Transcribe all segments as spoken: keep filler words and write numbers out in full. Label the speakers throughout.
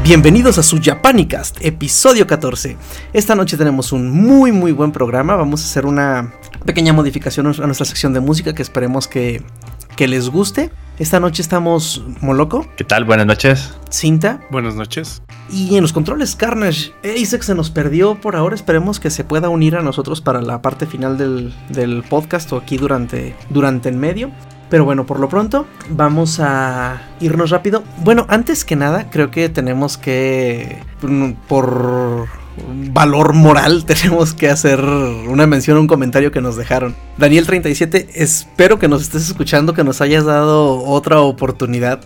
Speaker 1: Bienvenidos a su Japanicast, episodio catorce. Esta noche tenemos un muy muy buen programa. Vamos a hacer una pequeña modificación a nuestra sección de música que esperemos que, que les guste. Esta noche estamos Moloco.
Speaker 2: ¿Qué tal? Buenas noches.
Speaker 1: Cinta.
Speaker 3: Buenas noches.
Speaker 1: Y en los controles Carnage. Isaac se nos perdió por ahora. Esperemos que se pueda unir a nosotros para la parte final del, del podcast o aquí durante, durante el medio. Pero bueno, por lo pronto vamos a irnos rápido. Bueno, antes que nada, creo que tenemos que, por valor moral, tenemos que hacer una mención, un comentario que nos dejaron. Daniel treinta y siete, espero que nos estés escuchando, que nos hayas dado otra oportunidad.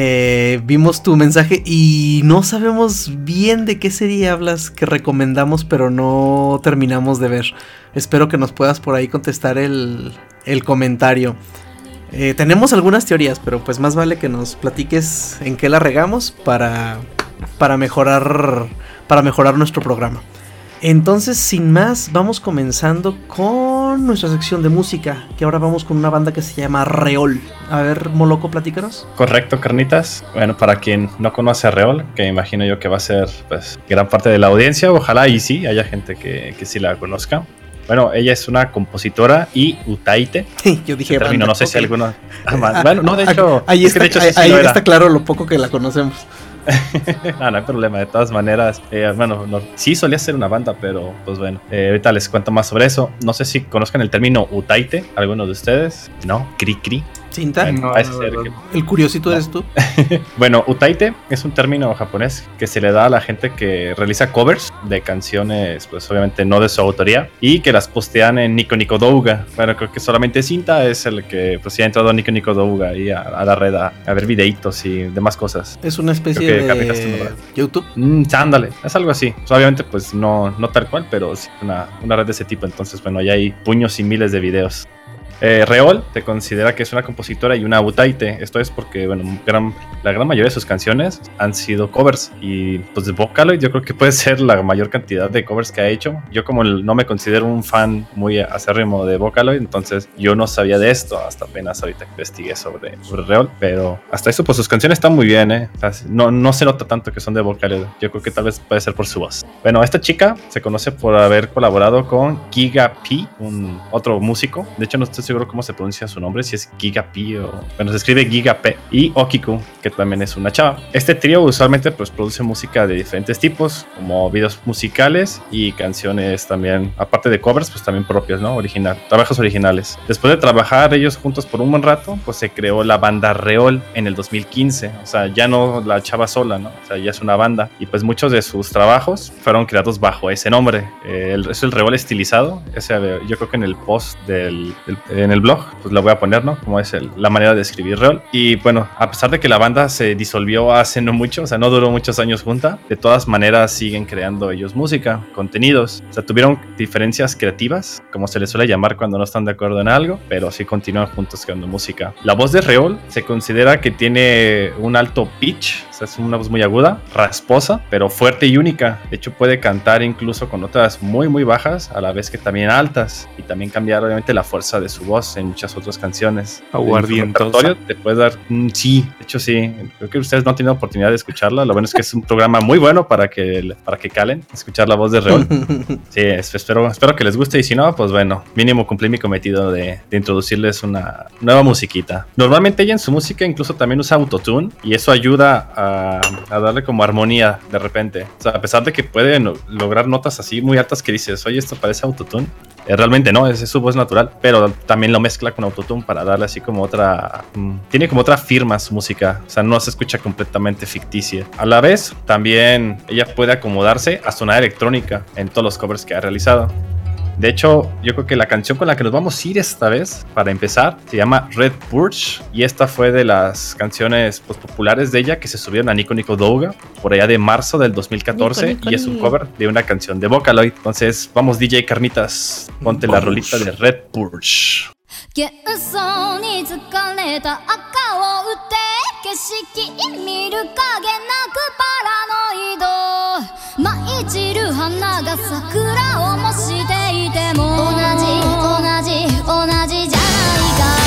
Speaker 1: Eh, vimos tu mensaje y no sabemos bien de qué serie hablas que recomendamos, pero no terminamos de ver. Espero que nos puedas por ahí contestar el, el comentario. Eh, tenemos algunas teorías, pero pues más vale que nos platiques en qué la regamos para, para mejorar para mejorar nuestro programa. Entonces, sin más, vamos comenzando con nuestra sección de música, que ahora vamos con una banda que se llama Reol. A ver, Moloco, platícanos.
Speaker 2: Correcto, carnitas. Bueno, para quien no conoce a Reol, que imagino yo que va a ser pues gran parte de la audiencia, ojalá y sí, haya gente que, que sí la conozca. Bueno, ella es una compositora y utaite.
Speaker 1: Sí, yo dije
Speaker 2: término,
Speaker 1: banda,
Speaker 2: no sé
Speaker 1: okay.
Speaker 2: Si alguno... Ah, bueno, no, de hecho...
Speaker 1: Ahí,
Speaker 2: es
Speaker 1: está,
Speaker 2: que de hecho,
Speaker 1: ahí,
Speaker 2: sí, sí
Speaker 1: ahí
Speaker 2: lo
Speaker 1: está claro lo poco que la conocemos.
Speaker 2: no, no hay problema, de todas maneras. Eh, bueno, no, sí solía ser una banda, pero pues bueno, eh, ahorita les cuento más sobre eso. No sé si conozcan el término utaite, algunos de ustedes. ¿No? Cri cri.
Speaker 1: ¿Cinta?
Speaker 2: Bueno,
Speaker 3: no,
Speaker 2: parece
Speaker 3: no,
Speaker 2: ser
Speaker 3: no.
Speaker 2: que...
Speaker 1: El curiosito
Speaker 2: no.
Speaker 1: eres tú.
Speaker 2: Bueno, utaite es un término japonés que se le da a la gente que realiza covers de canciones, pues obviamente no de su autoría, y que las postean en Nico Nico Douga. Bueno, creo que solamente Cinta es el que pues, sí ha entrado a Nico Nico Douga y a, a la red a, a ver videitos y demás cosas.
Speaker 1: Es una especie de YouTube.
Speaker 2: Mm, ándale, es algo así. Pues, obviamente, pues no, no tal cual, pero sí una, una red de ese tipo. Entonces, bueno, ya hay puños y miles de videos. Eh, Reol se considera que es una compositora y una utaite. Esto es porque, bueno, gran, la gran mayoría de sus canciones han sido covers. Y pues de Vocaloid yo creo que puede ser la mayor cantidad de covers que ha hecho. Yo como no me considero un fan muy acérrimo de Vocaloid, entonces yo no sabía de esto hasta apenas ahorita que investigué sobre, sobre Reol. Pero hasta eso, pues sus canciones están muy bien, ¿eh? O sea, no, no se nota tanto que son de Vocaloid. Yo creo que tal vez puede ser por su voz. Bueno, esta chica se conoce por haber colaborado con Giga P, un otro músico. De hecho, no estoy seguro cómo se pronuncia su nombre, si es Giga P o... Bueno, se escribe Giga P. Y Okiku, que también es una chava. Este trío usualmente pues produce música de diferentes tipos, como videos musicales y canciones también, aparte de covers, pues también propias, ¿no? Original, trabajos originales. Después de trabajar ellos juntos por un buen rato, pues se creó la banda Reol en el dos mil quince. O sea, ya no la chava sola, ¿no? O sea, ya es una banda. Y pues muchos de sus trabajos fueron creados bajo ese nombre. Eh, el, es el Reol estilizado. Ese, yo creo que en el post del, del en el blog, pues la voy a poner, ¿no? Como es el, la manera de escribir Reol. Y bueno, a pesar de que la banda se disolvió hace no mucho, o sea, no duró muchos años junta, de todas maneras siguen creando ellos música, contenidos. O sea, tuvieron diferencias creativas, como se les suele llamar cuando no están de acuerdo en algo, pero sí continúan juntos creando música. La voz de Reol se considera que tiene un alto pitch, o sea, es una voz muy aguda, rasposa, pero fuerte y única. De hecho, puede cantar incluso con notas muy, muy bajas, a la vez que también altas, y también cambiar, obviamente, la fuerza de su voz en muchas otras canciones.
Speaker 3: Aguardientosa.
Speaker 2: Te puedes dar, mm, sí, de hecho sí, creo que ustedes no han tenido oportunidad de escucharla. Lo bueno es que es un programa muy bueno para que, para que calen, escuchar la voz de Reol. Sí, espero, espero que les guste, y si no, pues bueno, mínimo cumplí mi cometido de, de introducirles una nueva musiquita. Normalmente ella en su música incluso también usa autotune, y eso ayuda a, a darle como armonía de repente. O sea, a pesar de que puede no, lograr notas así muy altas que dices, oye, esto parece autotune, eh, realmente no, es, es su voz natural, pero también lo mezcla con autotune para darle así como otra... Mmm, tiene como otra firma su música, o sea, no se escucha completamente ficticia. A la vez, también ella puede acomodarse a sonar electrónica en todos los covers que ha realizado. De hecho, yo creo que la canción con la que nos vamos a ir esta vez, para empezar, se llama Red Purge, y esta fue de las canciones pues, populares de ella que se subieron a Nico Nico Douga por allá de marzo del dos mil catorce, Nico, Nico, y es un cover de una canción de Vocaloid. Entonces, vamos D J Carnitas, ponte vamos. La rolita de Red Purge. 幻想に疲れた赤を打って景色見る影なくパラノイド舞い散る花が桜を模していても同じ同じ同じじゃないか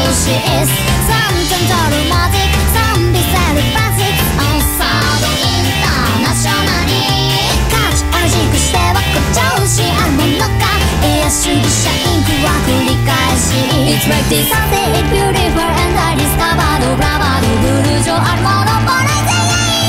Speaker 3: is something dramatic, some bizarre basic on sound internationally 価値ある軸しては誇張しあるものかエア主義者インクは繰り返し It's like this something beautiful and I discovered ブラバードブルー上あるものもないぜ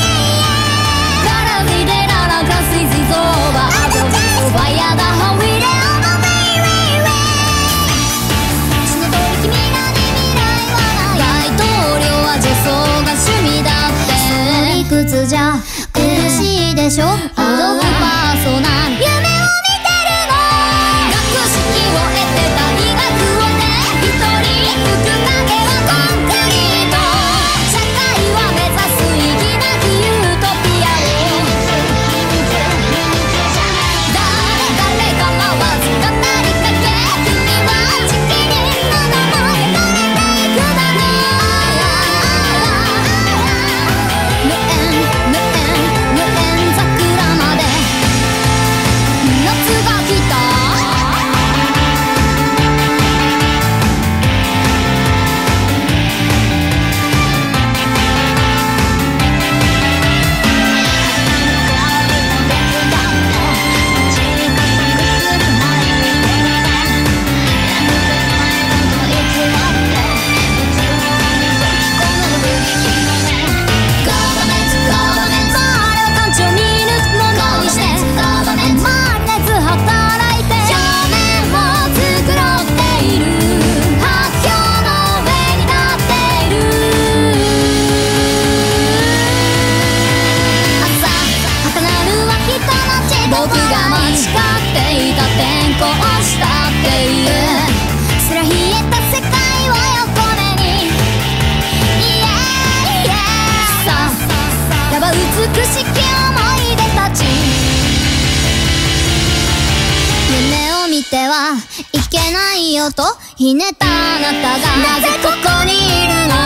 Speaker 3: ガラリでならかすいしそうはあとファイヤーだハウィレオのメイウェイウェイその通り君らに未来はない大統領は女装が趣味だってその理屈じゃ苦しいでしょ孤独パーソナル夢を見てるの学識を得てた医学をね一人吹く影はコンクリート社会は目指す意義なきユートピアを誰誰かわずかなりかけ君は地球の名前が出ていくだろう無縁無縁無縁桜まで夏が来た僕が間違っていた転校したっていうそりゃ冷えた世界を横目にイエーイイエーイさあやば美しき思い出たち夢を見てはいけないよとひねったあなたがなぜここにいるの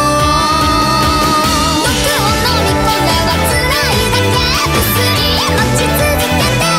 Speaker 3: 毒を飲み込んでは辛いだけ薬待ち続け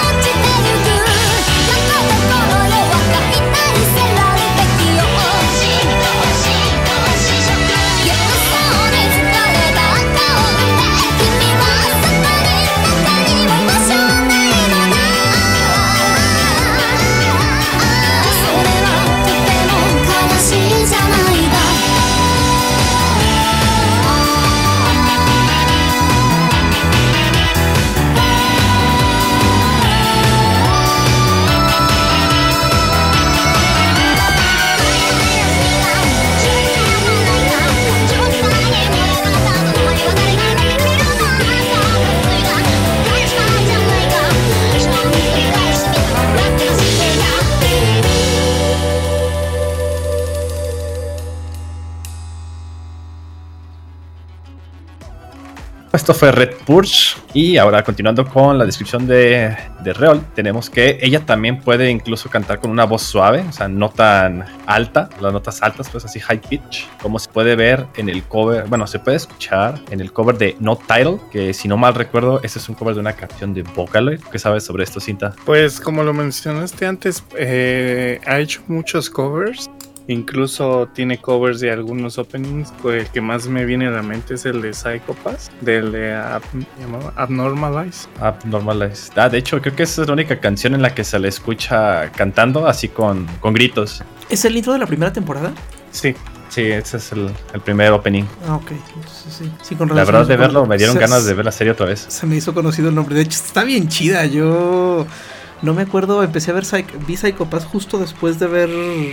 Speaker 2: Esto fue Red Purge. Y ahora continuando con la descripción de, de Reol, tenemos que ella también puede incluso cantar con una voz suave, o sea, no tan alta, las notas altas, pues así high pitch, como se puede ver en el cover, bueno, se puede escuchar en el cover de No Title, que si no mal recuerdo, este es un cover de una canción de Vocaloid. ¿Qué sabes sobre esto, Cinta?
Speaker 4: Pues como lo mencionaste antes, eh, ha hecho muchos covers. Incluso tiene covers de algunos openings. El que más me viene a la mente es el de Psycho Pass, del de Ab, llamaba Abnormalize.
Speaker 2: Abnormalize. Ah, de hecho, creo que esa es la única canción en la que se le escucha cantando así con, con gritos.
Speaker 1: ¿Es el intro de la primera temporada?
Speaker 4: Sí.
Speaker 2: Sí, ese es el, el primer opening.
Speaker 1: Ah, ok. Entonces, sí. Sí, con
Speaker 2: la verdad de verlo me dieron
Speaker 1: se,
Speaker 2: ganas de ver la serie otra vez.
Speaker 1: Se me hizo conocido el nombre. De hecho, está bien chida. Yo... No me acuerdo, empecé a ver Psych- vi Psycho Pass justo después de ver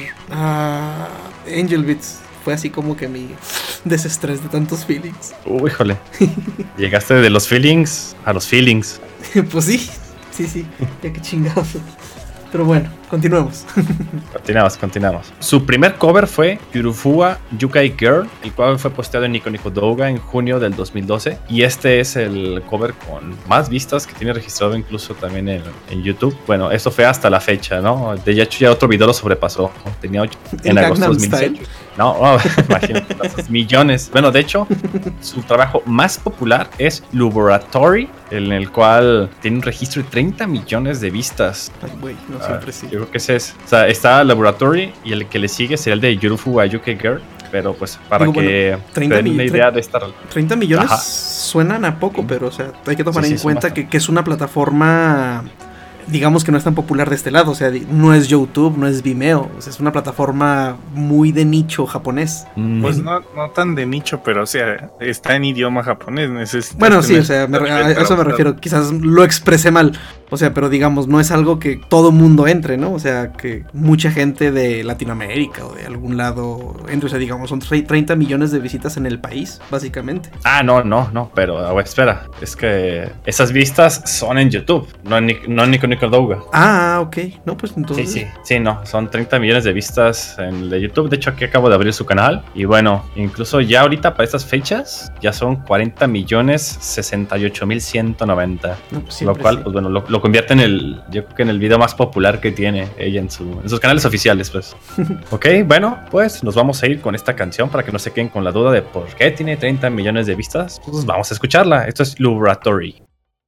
Speaker 1: uh, Angel Beats. Fue así como que mi desestrés de tantos feelings.
Speaker 2: Uy, híjole. Llegaste de los feelings a los feelings.
Speaker 1: Pues sí, sí, sí. Ya que chingados. Pero bueno, continuemos.
Speaker 2: Continuamos, continuamos. Su primer cover fue Yurufua Yukai Girl, el cual fue posteado en Nico Nico Douga en junio del dos mil doce. Y este es el cover con más vistas que tiene registrado incluso también en, en YouTube. Bueno, eso fue hasta la fecha, ¿no? De hecho ya otro video lo sobrepasó. Tenía ocho en agosto de dos mil dieciocho. No, oh, imagínate, tantos millones. Bueno, de hecho, su trabajo más popular es Laboratory, en el cual tiene un registro de treinta millones de vistas.
Speaker 1: Ay, güey, no
Speaker 2: Ah,
Speaker 1: siempre sí.
Speaker 2: Yo creo que ese es. O sea, está Laboratory y el que le sigue sería el de Yurufu Ayuke Girl. Pero pues para
Speaker 1: Digo,
Speaker 2: que
Speaker 1: bueno,
Speaker 2: te
Speaker 1: treinta
Speaker 2: den
Speaker 1: mil-
Speaker 2: una idea de esta.
Speaker 1: treinta millones
Speaker 2: Ajá.
Speaker 1: suenan a poco, pero o sea, hay que tomar
Speaker 2: Sí, sí,
Speaker 1: en
Speaker 2: son
Speaker 1: cuenta
Speaker 2: bastante.
Speaker 1: que, que es una plataforma, digamos que no es tan popular de este lado, o sea, di- no es YouTube, no es Vimeo, o sea, es una plataforma muy de nicho japonés.
Speaker 2: Mm,
Speaker 4: Pues no, no tan de nicho, pero o sea, está en idioma japonés. Necesitas
Speaker 1: Bueno, sí,
Speaker 4: tener
Speaker 1: o sea, me re- a
Speaker 4: nivel
Speaker 1: eso me
Speaker 4: para
Speaker 1: refiero, quizás lo expresé mal, o sea, pero digamos, no es algo que todo mundo entre, ¿no? O sea, que mucha gente de Latinoamérica o de algún lado entre, o sea, digamos, son tre- treinta millones de visitas en el país, básicamente.
Speaker 2: Ah, no, no, no, pero a ver, espera. Es que esas vistas son en YouTube, no en, Nic- no en Nico Nico Douga.
Speaker 1: Ah, ok, no, pues
Speaker 2: Sí,
Speaker 1: entonces...
Speaker 2: sí, sí, no, son treinta millones de vistas en el de YouTube. De hecho, aquí acabo de abrir su canal. Y bueno, incluso ya ahorita para estas fechas, ya son cuarenta millones sesenta y ocho mil ciento noventa.
Speaker 1: No, pues
Speaker 2: Lo
Speaker 1: siempre
Speaker 2: cual,
Speaker 1: sí.
Speaker 2: pues bueno, lo, lo convierte en el, yo creo que en el video más popular que tiene ella en, su, en sus canales oficiales, pues. Ok, bueno, pues nos vamos a ir con esta canción para que no se queden con la duda de por qué tiene treinta millones de vistas. Pues vamos a escucharla. Esto es Laboratory.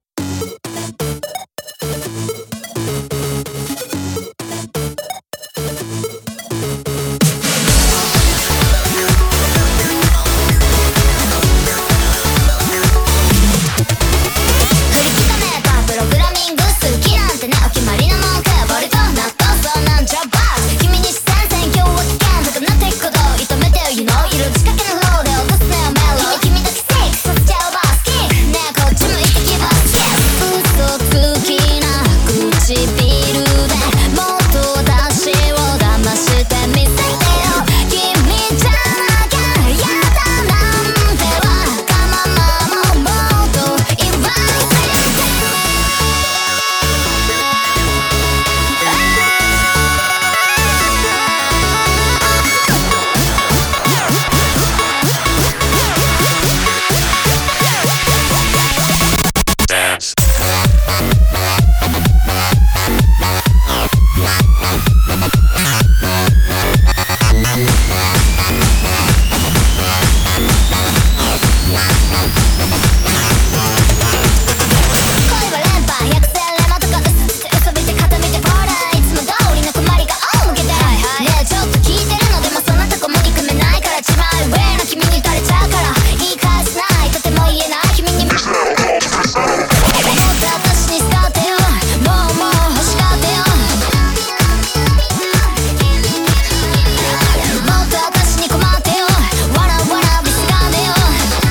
Speaker 3: 振り固めたプログラミング好きなんてねお決まりの文句割と納豆そうなんじゃバー君に視線線今日は危険高くなっていくことを射止めてよ You know 色仕掛けのフローで落とすねよメロ君君だけセックスさせちゃうバスキーねえこっち向いてきバスキー嘘つきな唇でもっと私を騙してみせてよ君じゃなきゃやだなんてわがままももっと言わせて恋は連覇百戦錬磨とか嘘ついて嘘見て固めてポーラーいつも通りの困りが仰向けてねえちょっと聞いてるのでもそなたこも憎めないから一番上の君に垂れちゃうから言い返せないとても言えない君にもっと私に使ってよもうもう欲しがってよもっと私に困ってよわらわらビスがんでよ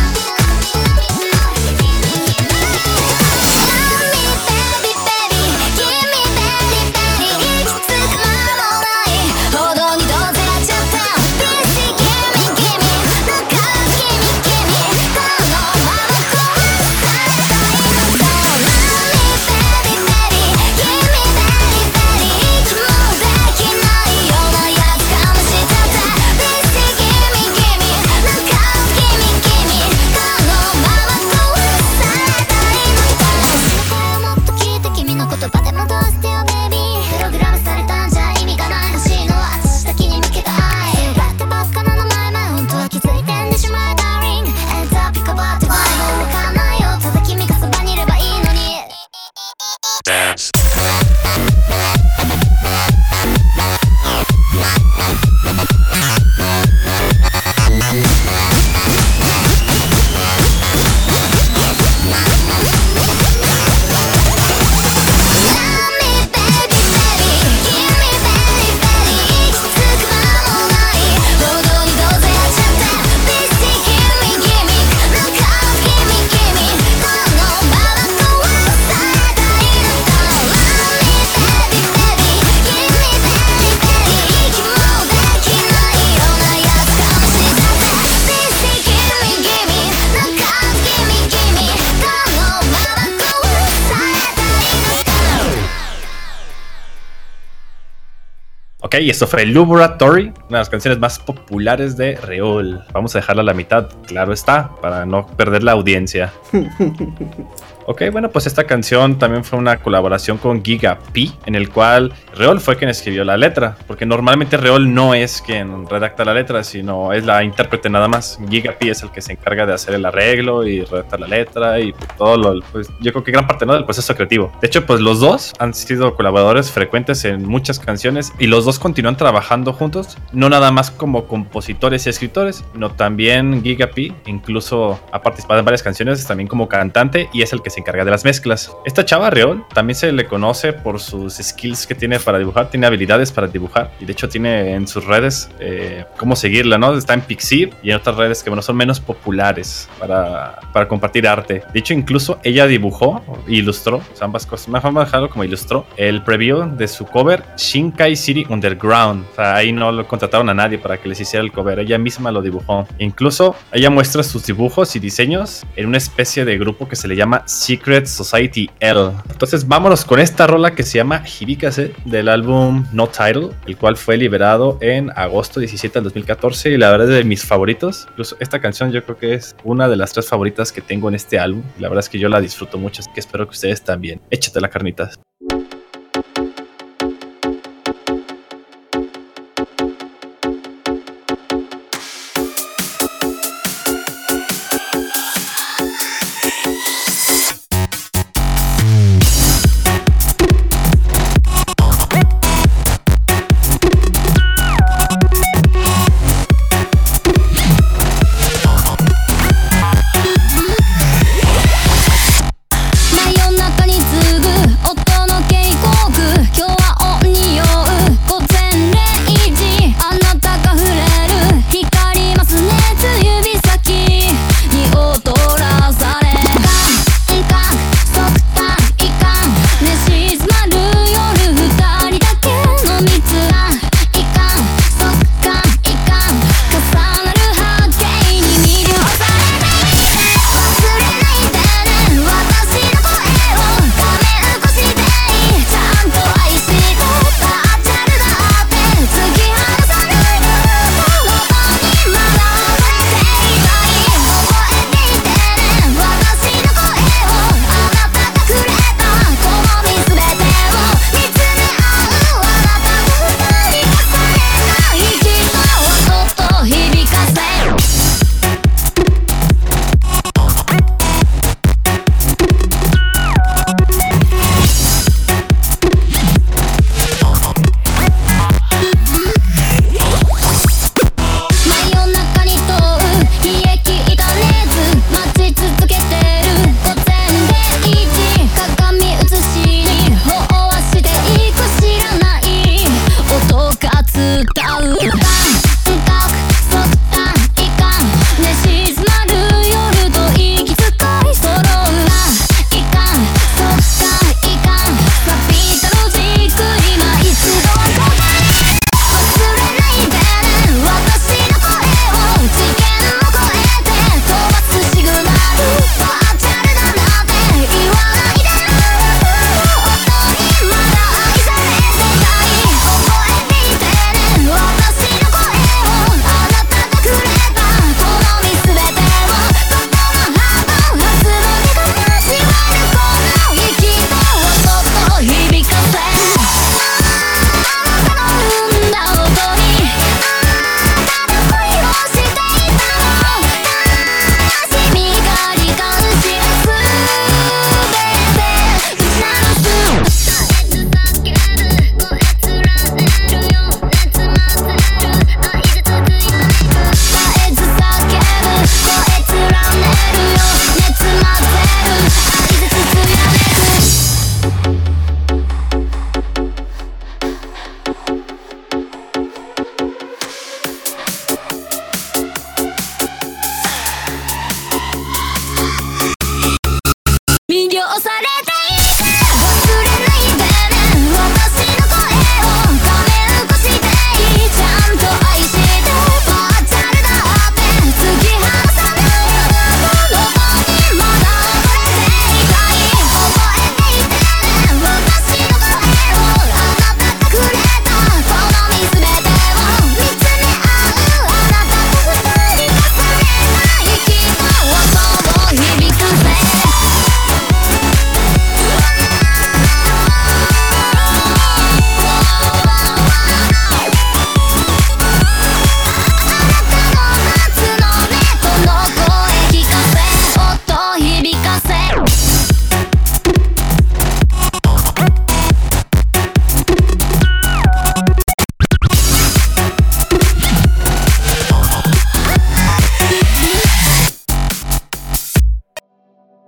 Speaker 3: Baby, baby, give me belly, belly 息つく間もないほどにどうせやっちゃった Busy, gimme, gimme なんか gimme, gimme このまま壊されたいのそう Baby, baby, give me belly, belly 息もできないようなやつかもしちゃった Busy, gimme, gimme なんか gimme, gimme このまま壊されたいのもっと聞いて君の言葉で戻してよベイビープログラムされたんじゃ意味がない欲しいのは私だけに向けた愛だってばっかなの前々本当は気づいてんでしょ My darling エンターピカバーって前もわかんないよただ君がそばにいればいいのに
Speaker 2: Ok, esto fue Laboratory, una de las canciones más populares de Reol. Vamos a dejarla a la mitad, claro está, para no perder la audiencia. Ok, bueno, pues esta canción también fue una colaboración con Giga P, en el cual Reol fue quien escribió la letra, porque normalmente Reol no es quien redacta la letra, sino es la intérprete nada más. Giga-P es el que se encarga de hacer el arreglo y redactar la letra y pues, todo lo, pues yo creo que gran parte, ¿no?, del proceso creativo. De hecho, pues los dos han sido colaboradores frecuentes en muchas canciones y los dos continúan trabajando juntos, no nada más como compositores y escritores, sino también Giga-P incluso ha participado en varias canciones también como cantante y es el que se encarga de las mezclas. Esta chava Reol también se le conoce por sus skills que tiene para dibujar, tiene habilidades para dibujar y de hecho tiene en sus redes eh, cómo seguirla, ¿no? Está en Pixiv y en otras redes que bueno, son menos populares para, para compartir arte. De hecho, incluso ella dibujó e ilustró, o sea, ambas cosas, más vamos a dejarlo como ilustró el preview de su cover Shinkai City Underground. O sea, ahí no lo contrataron a nadie para que les hiciera el cover, ella misma lo dibujó. Incluso ella muestra sus dibujos y diseños en una especie de grupo que se le llama Secret Society L. Entonces vámonos con esta rola que se llama Hibikase del álbum No Title, el cual fue liberado en agosto diecisiete del dos mil catorce y la verdad es de mis favoritos. Incluso esta canción yo creo que es una de las tres favoritas que tengo en este álbum. La verdad es que yo la disfruto mucho, así que espero que ustedes también. Échate la carnitas.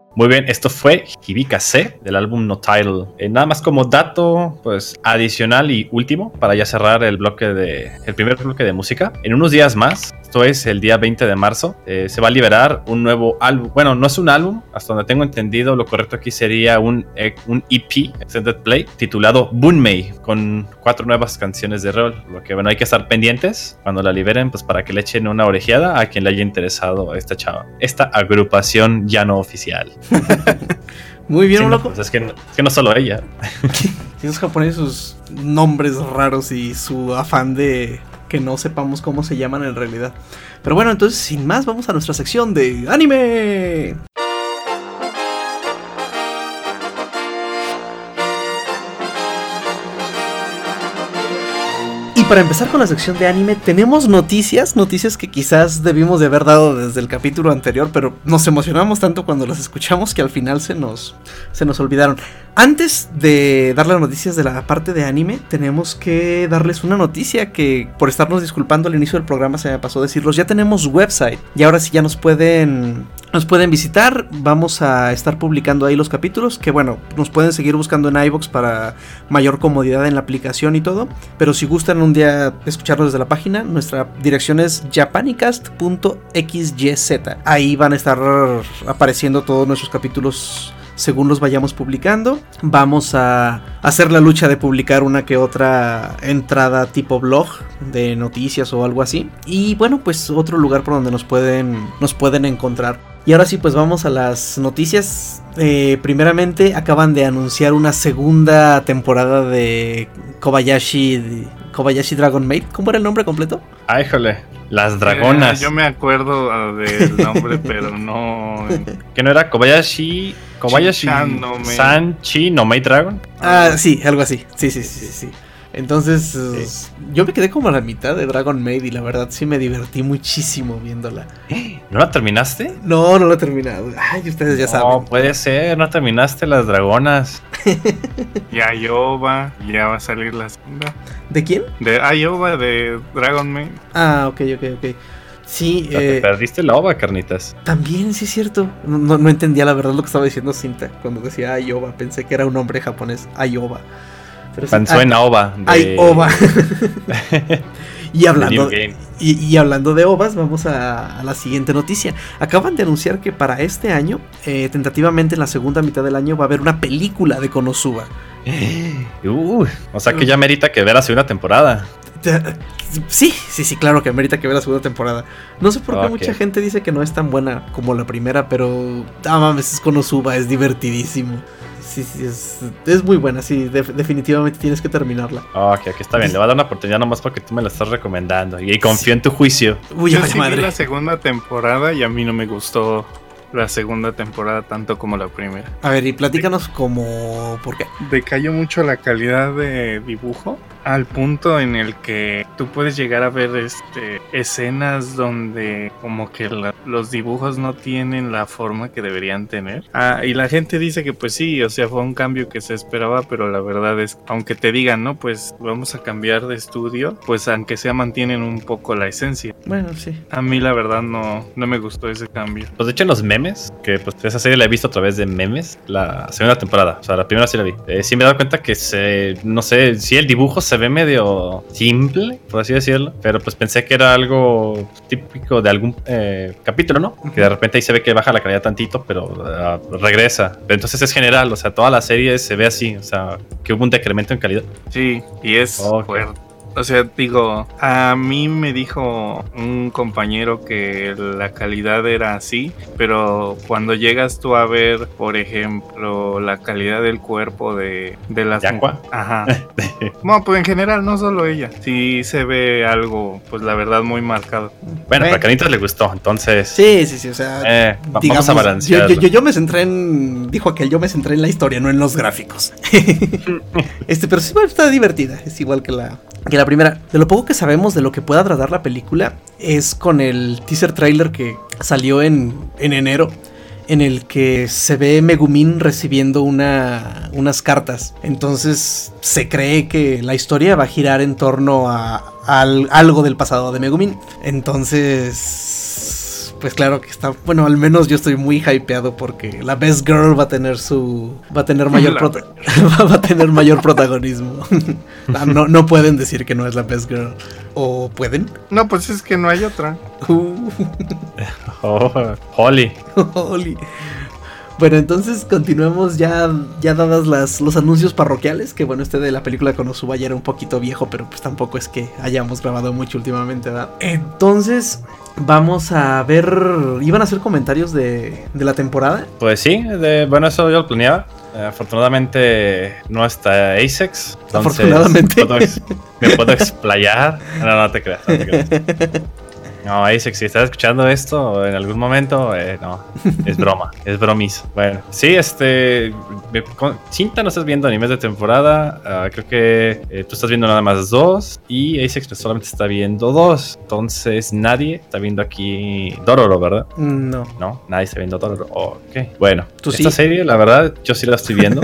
Speaker 2: Muy bien, esto fue Hibikase del álbum No Title. Eh, nada más como dato, pues adicional y último para ya cerrar el bloque de el primer bloque de música. En unos días más, esto es el día veinte de marzo, eh, se va a liberar un nuevo álbum. Bueno, no es un álbum, hasta donde tengo entendido, lo correcto aquí sería un eh, un E P Extended Play titulado Bunmei con cuatro nuevas canciones de rol. Lo que bueno, hay que estar pendientes cuando la liberen, pues para que le echen una orejeada a quien le haya interesado a esta chava, esta agrupación ya no oficial.
Speaker 1: Muy bien,
Speaker 2: Sí, no,
Speaker 1: loco.
Speaker 2: pues es, que no, es que no solo ella.
Speaker 1: Esos japoneses, sus nombres raros y su afán de que no sepamos cómo se llaman en realidad. Pero bueno, entonces, sin más, vamos a nuestra sección de anime. Y para empezar con la sección de anime, tenemos noticias, noticias que quizás debimos de haber dado desde el capítulo anterior, pero nos emocionamos tanto cuando las escuchamos que al final se nos, se nos olvidaron. Antes de dar las noticias de la parte de anime, tenemos que darles una noticia que, por estarnos disculpando al inicio del programa, se me pasó decirlos. Ya tenemos website y ahora sí ya nos pueden... Nos pueden visitar, vamos a estar publicando ahí los capítulos, que bueno, nos pueden seguir buscando en iVoox para mayor comodidad en la aplicación y todo, pero si gustan un día escucharlo desde la página, nuestra dirección es japanicast punto equis ye zeta, ahí van a estar apareciendo todos nuestros capítulos según los vayamos publicando. Vamos a hacer la lucha de publicar una que otra entrada tipo blog de noticias o algo así, y bueno, pues otro lugar por donde nos pueden, nos pueden encontrar. Y ahora sí, pues vamos a las noticias. Eh, primeramente, acaban de anunciar una segunda temporada de Kobayashi, de Kobayashi Dragon Maid. ¿Cómo era el nombre completo?
Speaker 2: Ay, jole, las dragonas.
Speaker 4: Eh, yo me acuerdo uh, del nombre, pero no.
Speaker 2: ¿Que no era Kobayashi? Kobayashi
Speaker 4: Shin-chan no Maid.
Speaker 2: Sanchi no Maid Dragon.
Speaker 1: Ah, sí, algo así. Sí, sí, sí, sí, sí. Entonces, sí. Yo me quedé como a la mitad de Dragon Maid y la verdad sí me divertí muchísimo viéndola.
Speaker 2: ¿No la terminaste?
Speaker 1: No, no la he terminado. Ay, ustedes ya
Speaker 2: no,
Speaker 1: saben.
Speaker 2: No, puede ser, no terminaste las dragonas.
Speaker 4: Y Ayoba, ya va a salir la segunda.
Speaker 1: ¿De quién?
Speaker 4: De Ayoba, de Dragon Maid.
Speaker 1: Ah, ok, ok, ok. Sí,
Speaker 2: o sea,
Speaker 1: eh,
Speaker 2: te perdiste la ova, carnitas.
Speaker 1: También, sí es cierto. No, no, no entendía la verdad lo que estaba diciendo Cinta cuando decía Ayoba. Pensé que era un nombre japonés, Ayoba. Pero sí,
Speaker 2: Pensó en Ova. De...
Speaker 1: Ay, Ova. y, hablando, y, y hablando de ovas, vamos a, a la siguiente noticia. Acaban de anunciar que para este año, eh, tentativamente en la segunda mitad del año, va a haber una película de Konosuba.
Speaker 2: Uh, o sea que ya merita que ver la segunda temporada.
Speaker 1: Sí, sí, sí, claro que merita que ver la segunda temporada. No sé por qué
Speaker 2: okay.
Speaker 1: mucha gente dice que no es tan buena como la primera, pero... Ah, mames, es Konosuba, es divertidísimo. Sí, sí, es, es muy buena, sí, de, definitivamente tienes que terminarla.
Speaker 2: Ok, ok, está bien, le voy a dar una oportunidad nomás porque tú me la estás recomendando y, y confío sí. en tu juicio.
Speaker 1: Uy,
Speaker 4: yo sí
Speaker 1: madre.
Speaker 4: vi la segunda temporada y a mí no me gustó la segunda temporada tanto como la primera.
Speaker 1: A ver, y platícanos como... ¿Por qué?
Speaker 4: Decayó mucho la calidad de dibujo al punto en el que tú puedes llegar a ver este escenas donde como que la, los dibujos no tienen la forma que deberían tener. Ah, y la gente dice que pues sí, o sea, fue un cambio que se esperaba, pero la verdad es, aunque te digan, no, pues vamos a cambiar de estudio, pues aunque sea mantienen un poco la esencia.
Speaker 1: Bueno, sí.
Speaker 4: A mí la verdad no, no me gustó ese cambio.
Speaker 2: Pues de hecho en los memes, que pues esa serie la he visto a través de memes, la segunda temporada, o sea, la primera sí la vi. Eh, sí me he dado cuenta que se, no sé, sí el dibujo se ve medio simple, por así decirlo, pero pues pensé que era algo típico de algún eh, capítulo, ¿no? Que de repente ahí se ve que baja la calidad tantito, pero uh, regresa. Pero entonces es general, o sea, toda la serie se ve así, o sea, que hubo un decremento en calidad.
Speaker 4: Sí, y es okay. fuerte. O sea, digo, a mí me dijo un compañero que la calidad era así, pero cuando llegas tú a ver, por ejemplo, la calidad del cuerpo de, de las...
Speaker 2: ¿De Aqua?
Speaker 4: Ajá. Bueno, pues en general, no solo ella. Sí se ve algo, pues la verdad, muy marcado.
Speaker 2: Bueno, pero a Canitas le gustó, entonces...
Speaker 1: Sí, sí, sí, o sea...
Speaker 2: Eh,
Speaker 1: digamos,
Speaker 2: vamos a balancear.
Speaker 1: Yo, yo, yo me centré en... Dijo aquel, yo me centré en la historia, no en los gráficos. este, pero sí está divertida, es igual que la... Que la primera, de lo poco que sabemos de lo que pueda tratar la película es con el teaser trailer que salió en, en enero, en el que se ve Megumin recibiendo una, unas cartas. Entonces se cree que la historia va a girar en torno a, a algo del pasado de Megumin. Entonces... pues claro que está, bueno, al menos yo estoy muy hypeado porque la Best Girl va a tener su, va a tener mayor, prota- va a tener mayor protagonismo. no, no pueden decir que no es la Best Girl, o pueden.
Speaker 4: No, pues es que no hay otra.
Speaker 1: Uh.
Speaker 2: Oh, Holly.
Speaker 1: Holly. Bueno, entonces continuemos ya, ya dadas las, los anuncios parroquiales, que bueno, este de la película Konosuba ya era un poquito viejo, pero pues tampoco es que hayamos grabado mucho últimamente, ¿verdad? Entonces, vamos a ver, ¿iban a hacer comentarios de, de la temporada?
Speaker 2: Pues sí, de, bueno, eso yo lo planeaba. Eh, afortunadamente no está Asex.
Speaker 1: Afortunadamente.
Speaker 2: Puedo ex- me puedo explayar. No, no te creas. No, te creas. No, Asex, si estás escuchando esto en algún momento, eh, no, es broma, es bromis. Bueno, sí, este, me, con, Cinta no estás viendo animes de temporada, uh, creo que eh, tú estás viendo nada más dos y Asex solamente está viendo dos, entonces nadie está viendo aquí Dororo, ¿verdad?
Speaker 1: No.
Speaker 2: No, nadie está viendo Dororo, ok. Bueno,
Speaker 1: ¿Tú
Speaker 2: esta
Speaker 1: sí?
Speaker 2: serie, la verdad, yo sí la estoy viendo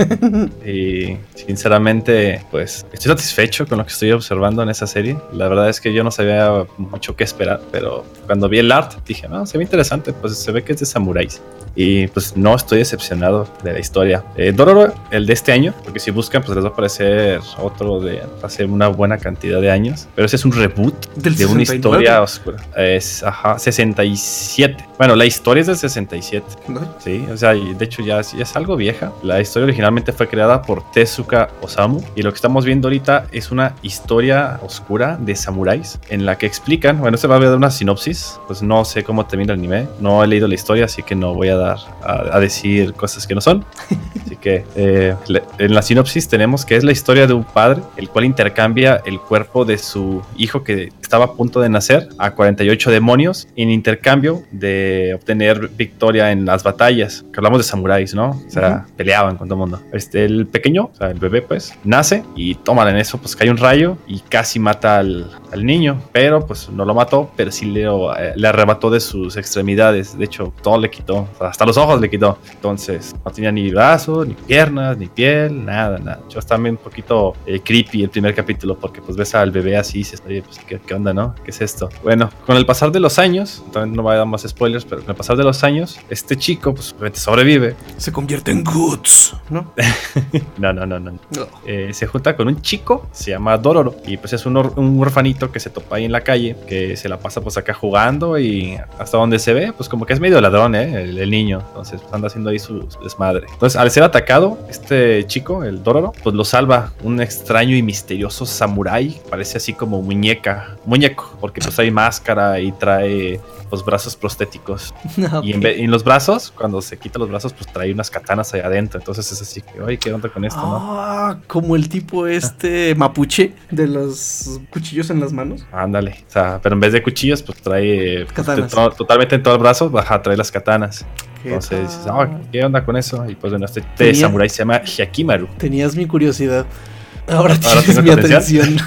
Speaker 2: y sinceramente, pues, estoy satisfecho con lo que estoy observando en esa serie. La verdad es que yo no sabía mucho qué esperar, pero cuando vi el art dije, no, se ve interesante, pues se ve que es de samuráis. Y pues no estoy decepcionado de la historia. Eh, Dororo, el de este año, porque si buscan, pues les va a aparecer otro de hace una buena cantidad de años. Pero ese es un reboot
Speaker 1: Del
Speaker 2: de una
Speaker 1: sesenta y nueve.
Speaker 2: historia oscura. Es, ajá, sesenta y siete. Bueno, la historia es del sesenta y siete.
Speaker 1: ¿No?
Speaker 2: Sí, o sea, y de hecho ya, ya es algo vieja. La historia originalmente fue creada por Tezuka Osamu. Y lo que estamos viendo ahorita es una historia oscura de samuráis en la que explican, bueno, se va a ver una sinopsis. Pues no sé cómo termina el anime. No he leído la historia, así que no voy a dar a, a decir cosas que no son. Así que eh, le, en la sinopsis tenemos que es la historia de un padre, el cual intercambia el cuerpo de su hijo que estaba a punto de nacer a cuarenta y ocho demonios en intercambio de obtener victoria en las batallas. Que hablamos de samuráis, ¿no? O sea, uh-huh. peleaban con todo el mundo. Este, el pequeño, o sea, el bebé, pues, nace y toman en eso, pues cae un rayo y casi mata al, al niño, pero pues no lo mató, pero sí le, eh, le arrebató de sus extremidades. De hecho, todo le quitó, o sea, hasta los ojos le quitó. Entonces, no tenía ni brazos, ni piernas, ni piel, nada, nada. Yo estaba también un poquito eh, creepy el primer capítulo, porque pues ves al bebé así y dices, oye, pues, ¿qué, ¿qué onda, no? ¿Qué es esto? Bueno, con el pasar de los años, también no voy a dar más spoilers, pero con el pasar de los años, este chico, pues, obviamente sobrevive.
Speaker 1: Se convierte en Guts, ¿no?
Speaker 2: no, no, no, no.
Speaker 1: no.
Speaker 2: Eh, se junta con un chico, se llama Dororo, y pues es un, or- un orfanito que se topa ahí en la calle, que se la pasa pues acá jugando y hasta donde se ve, pues como que es medio ladrón, ¿eh? El, el niño, entonces pues, anda haciendo ahí su, su desmadre. Entonces, al ser atacado, este chico, el Dororo, pues lo salva un extraño y misterioso samurái, parece así como muñeca, muñeco, porque pues hay máscara y trae pues brazos prostéticos. Okay. Y en, ve- en los brazos, cuando se quita los brazos, pues trae unas katanas ahí adentro. Entonces es así que, oye, ¿qué onda con esto?
Speaker 1: Ah,
Speaker 2: ¿no?
Speaker 1: Como el tipo este mapuche de los cuchillos en las manos.
Speaker 2: Ándale, o sea, pero en vez de cuchillos, pues trae
Speaker 1: katanas.
Speaker 2: To- totalmente en todo el brazo, baja, trae las katanas. Entonces
Speaker 1: tal?
Speaker 2: dices, oh, ¿qué onda con eso? Y pues bueno, este Tenía... samurái se llama Hyakimaru.
Speaker 1: Tenías mi curiosidad. Ahora,
Speaker 2: Ahora
Speaker 1: tienes mi atención.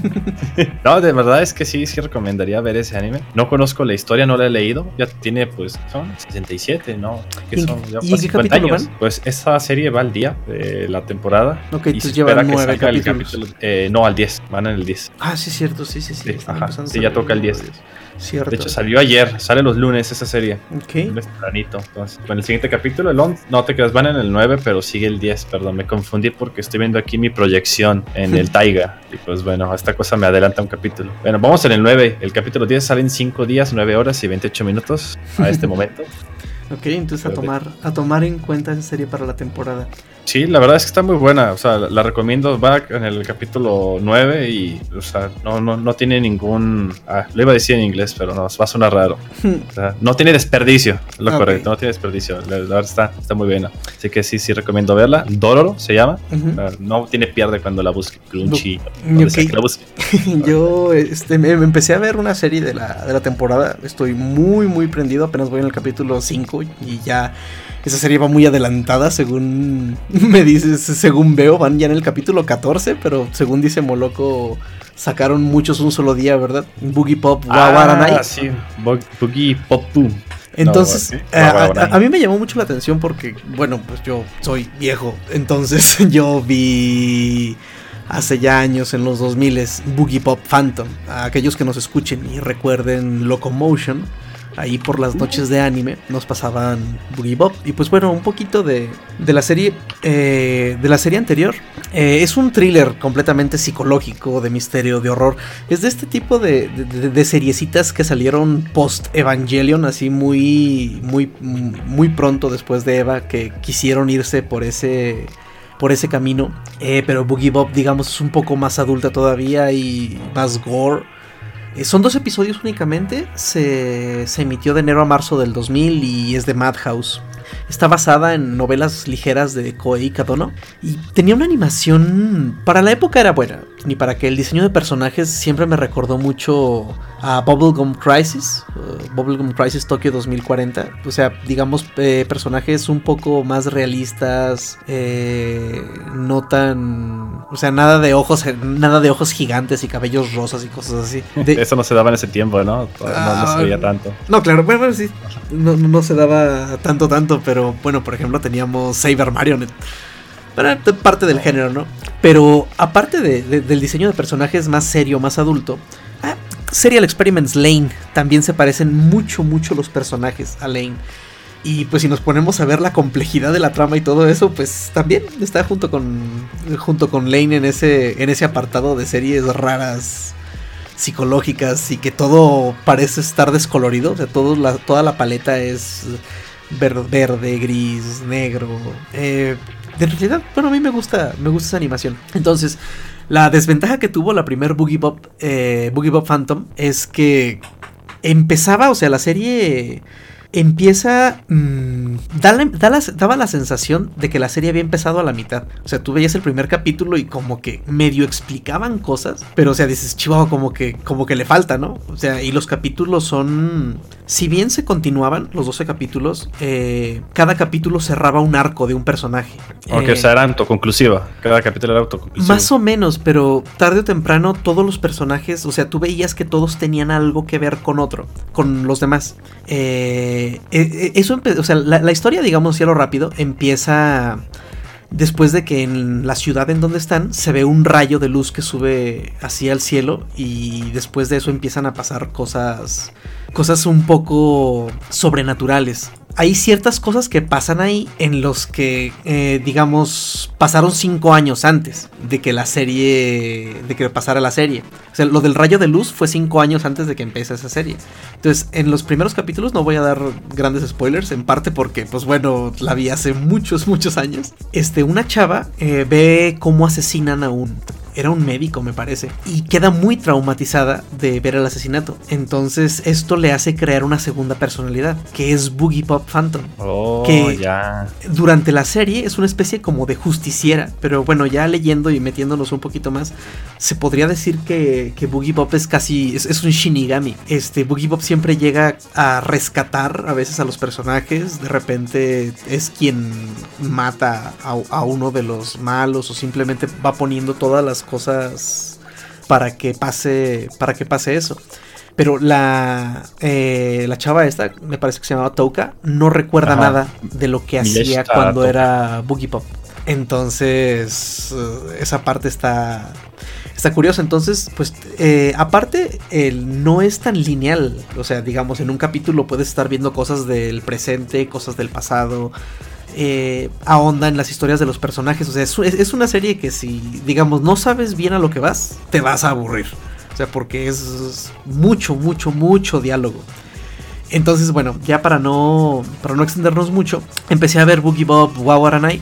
Speaker 2: No, de verdad es que sí, sí recomendaría ver ese anime. No conozco la historia, no la he leído. Ya tiene, pues, son sesenta y siete, ¿no? Que son ya
Speaker 1: ¿Y en qué capítulo
Speaker 2: años.
Speaker 1: van?
Speaker 2: Pues esa serie va al día de la temporada.
Speaker 1: Ok, entonces llevan nueve capítulos.
Speaker 2: Capítulo, eh, no, al diez, van en el diez.
Speaker 1: Ah, sí, es cierto, sí, sí, sí.
Speaker 2: Sí, ajá, sí ya toca el diez.
Speaker 1: Cierto.
Speaker 2: De hecho, salió ayer, sale los lunes esa serie.
Speaker 1: Ok.
Speaker 2: Un tempranito. Entonces, con el siguiente capítulo, el once, no te creas, van en el nueve, pero sigue el diez, perdón, me confundí porque estoy viendo aquí mi proyección en el Taiga. Y pues bueno, esta cosa me adelanta un capítulo. Bueno, vamos en el nueve. El capítulo diez sale en cinco días, nueve horas y veintiocho minutos a este momento.
Speaker 1: Ok, entonces a tomar, a tomar en cuenta esa serie para la temporada.
Speaker 2: Sí, la verdad es que está muy buena, o sea, la, la recomiendo, va en el capítulo nueve y, o sea, no, no, no tiene ningún, ah, lo iba a decir en inglés, pero no, va a sonar raro, o sea, no tiene desperdicio, es lo okay. correcto, no tiene desperdicio, la, la verdad está, está muy buena, así que sí, sí recomiendo verla, Dororo se llama, uh-huh. o sea, no tiene pierde cuando la busque, Crunchy,
Speaker 1: no. Okay. La busque. Yo este, me, me empecé a ver una serie de la, de la temporada, estoy muy, muy prendido, apenas voy en el capítulo cinco y ya... Esa serie va muy adelantada, según me dices, según veo, van ya en el capítulo catorce, pero según dice Moloco, sacaron muchos un solo día, ¿verdad? Boogie Pop, Wawaranai.
Speaker 2: Ah, sí, Boogie Pop Boom.
Speaker 1: Entonces, no, ¿sí? a, a, a mí me llamó mucho la atención porque, bueno, pues yo soy viejo, entonces yo vi... Hace ya años, en los dos mil, Boogie Pop Phantom. A aquellos que nos escuchen y recuerden Locomotion, ahí por las noches de anime nos pasaban Boogie Bop. Y pues bueno, un poquito de, de la serie eh, de la serie anterior. Eh, es un thriller completamente psicológico, de misterio, de horror. Es de este tipo de, de, de seriecitas que salieron post Evangelion, así muy, muy, muy pronto después de Eva, que quisieron irse por ese... por ese camino, eh, pero Boogie Bop, digamos, es un poco más adulta todavía y más gore. Eh, son dos episodios únicamente, se, se emitió de enero a marzo del dos mil y es de Madhouse. Está basada en novelas ligeras de Koei Kadono y tenía una animación, para la época era buena, ni para que el diseño de personajes siempre me recordó mucho a Bubblegum Crisis, uh, Bubblegum Crisis Tokyo dos mil cuarenta, o sea, digamos, eh, personajes un poco más realistas, eh, no tan, o sea, nada de ojos, nada de ojos gigantes y cabellos rosas y cosas así. De...
Speaker 2: Eso no se daba en ese tiempo, ¿no? No, no se veía tanto.
Speaker 1: No, claro, bueno, bueno sí, no, no se daba tanto, tanto, pero bueno, por ejemplo, teníamos Saber Marionette. Para parte del género, ¿no? Pero aparte de, de, del diseño de personajes más serio, más adulto, ah, Serial Experiments Lain también se parecen mucho, mucho los personajes a Lain. Y pues si nos ponemos a ver la complejidad de la trama y todo eso, pues también está junto con junto con Lain en ese en ese apartado de series raras, psicológicas y que todo parece estar descolorido. O sea, todo la, toda la paleta es verde, verde gris, negro. Eh, de realidad, bueno, a mí me gusta, me gusta esa animación. Entonces, la desventaja que tuvo la primer Boogie Bop, eh, Boogie Bop Phantom, es que empezaba, o sea, la serie empieza, mmm, da la, da la, daba la sensación de que la serie había empezado a la mitad. O sea, tú veías el primer capítulo y como que medio explicaban cosas, pero o sea, dices, chihuahua, como que, como que le falta, ¿no? O sea, y los capítulos son, si bien se continuaban los doce capítulos, eh, cada capítulo cerraba un arco de un personaje.
Speaker 2: Aunque,
Speaker 1: eh,
Speaker 2: o sea, era autoconclusiva. Cada capítulo era autoconclusivo.
Speaker 1: Más o menos, pero tarde o temprano todos los personajes, o sea, tú veías que todos tenían algo que ver con otro, con los demás. Eh... Eh, eso, o sea, la, la historia, digamos, ya lo rápido, empieza después de que en la ciudad en donde están se ve un rayo de luz que sube hacia el cielo y después de eso empiezan a pasar cosas, cosas un poco sobrenaturales. Hay ciertas cosas que pasan ahí en los que, eh, digamos, pasaron cinco años antes de que la serie, de que pasara la serie. O sea, lo del rayo de luz fue cinco años antes de que empiece esa serie. Entonces, en los primeros capítulos no voy a dar grandes spoilers, en parte porque, pues bueno, la vi hace muchos, muchos años. Este, una chava eh, ve cómo asesinan a un... Era un médico, me parece, y queda muy traumatizada de ver el asesinato. Entonces esto le hace crear una segunda personalidad, que es Boogie Bop Phantom.
Speaker 2: Oh,
Speaker 1: que
Speaker 2: ya.
Speaker 1: Durante la serie es una especie como de justiciera, pero bueno, ya leyendo y metiéndonos un poquito más, se podría decir que, que Boogie Bop es casi, es, es un Shinigami. Este, Boogie Bop siempre llega a rescatar a veces a los personajes, de repente es quien mata a, a uno de los malos o simplemente va poniendo todas las cosas para que pase para que pase eso. Pero la eh, la chava esta, me parece que se llamaba Touka, no recuerda Ajá. nada de lo que
Speaker 2: Miyashita
Speaker 1: hacía cuando
Speaker 2: Touka.
Speaker 1: Era Boogie Bop. Entonces uh, esa parte está está curiosa. Entonces, pues eh, aparte el no es tan lineal. O sea, digamos, en un capítulo puedes estar viendo cosas del presente, cosas del pasado. Eh, ahonda en las historias de los personajes. O sea, es, es una serie que si, digamos, no sabes bien a lo que vas, te vas a aburrir. O sea, porque es mucho, mucho, mucho diálogo. Entonces, bueno, ya para no para no extendernos mucho, empecé a ver Boogie Bop Wow Aranai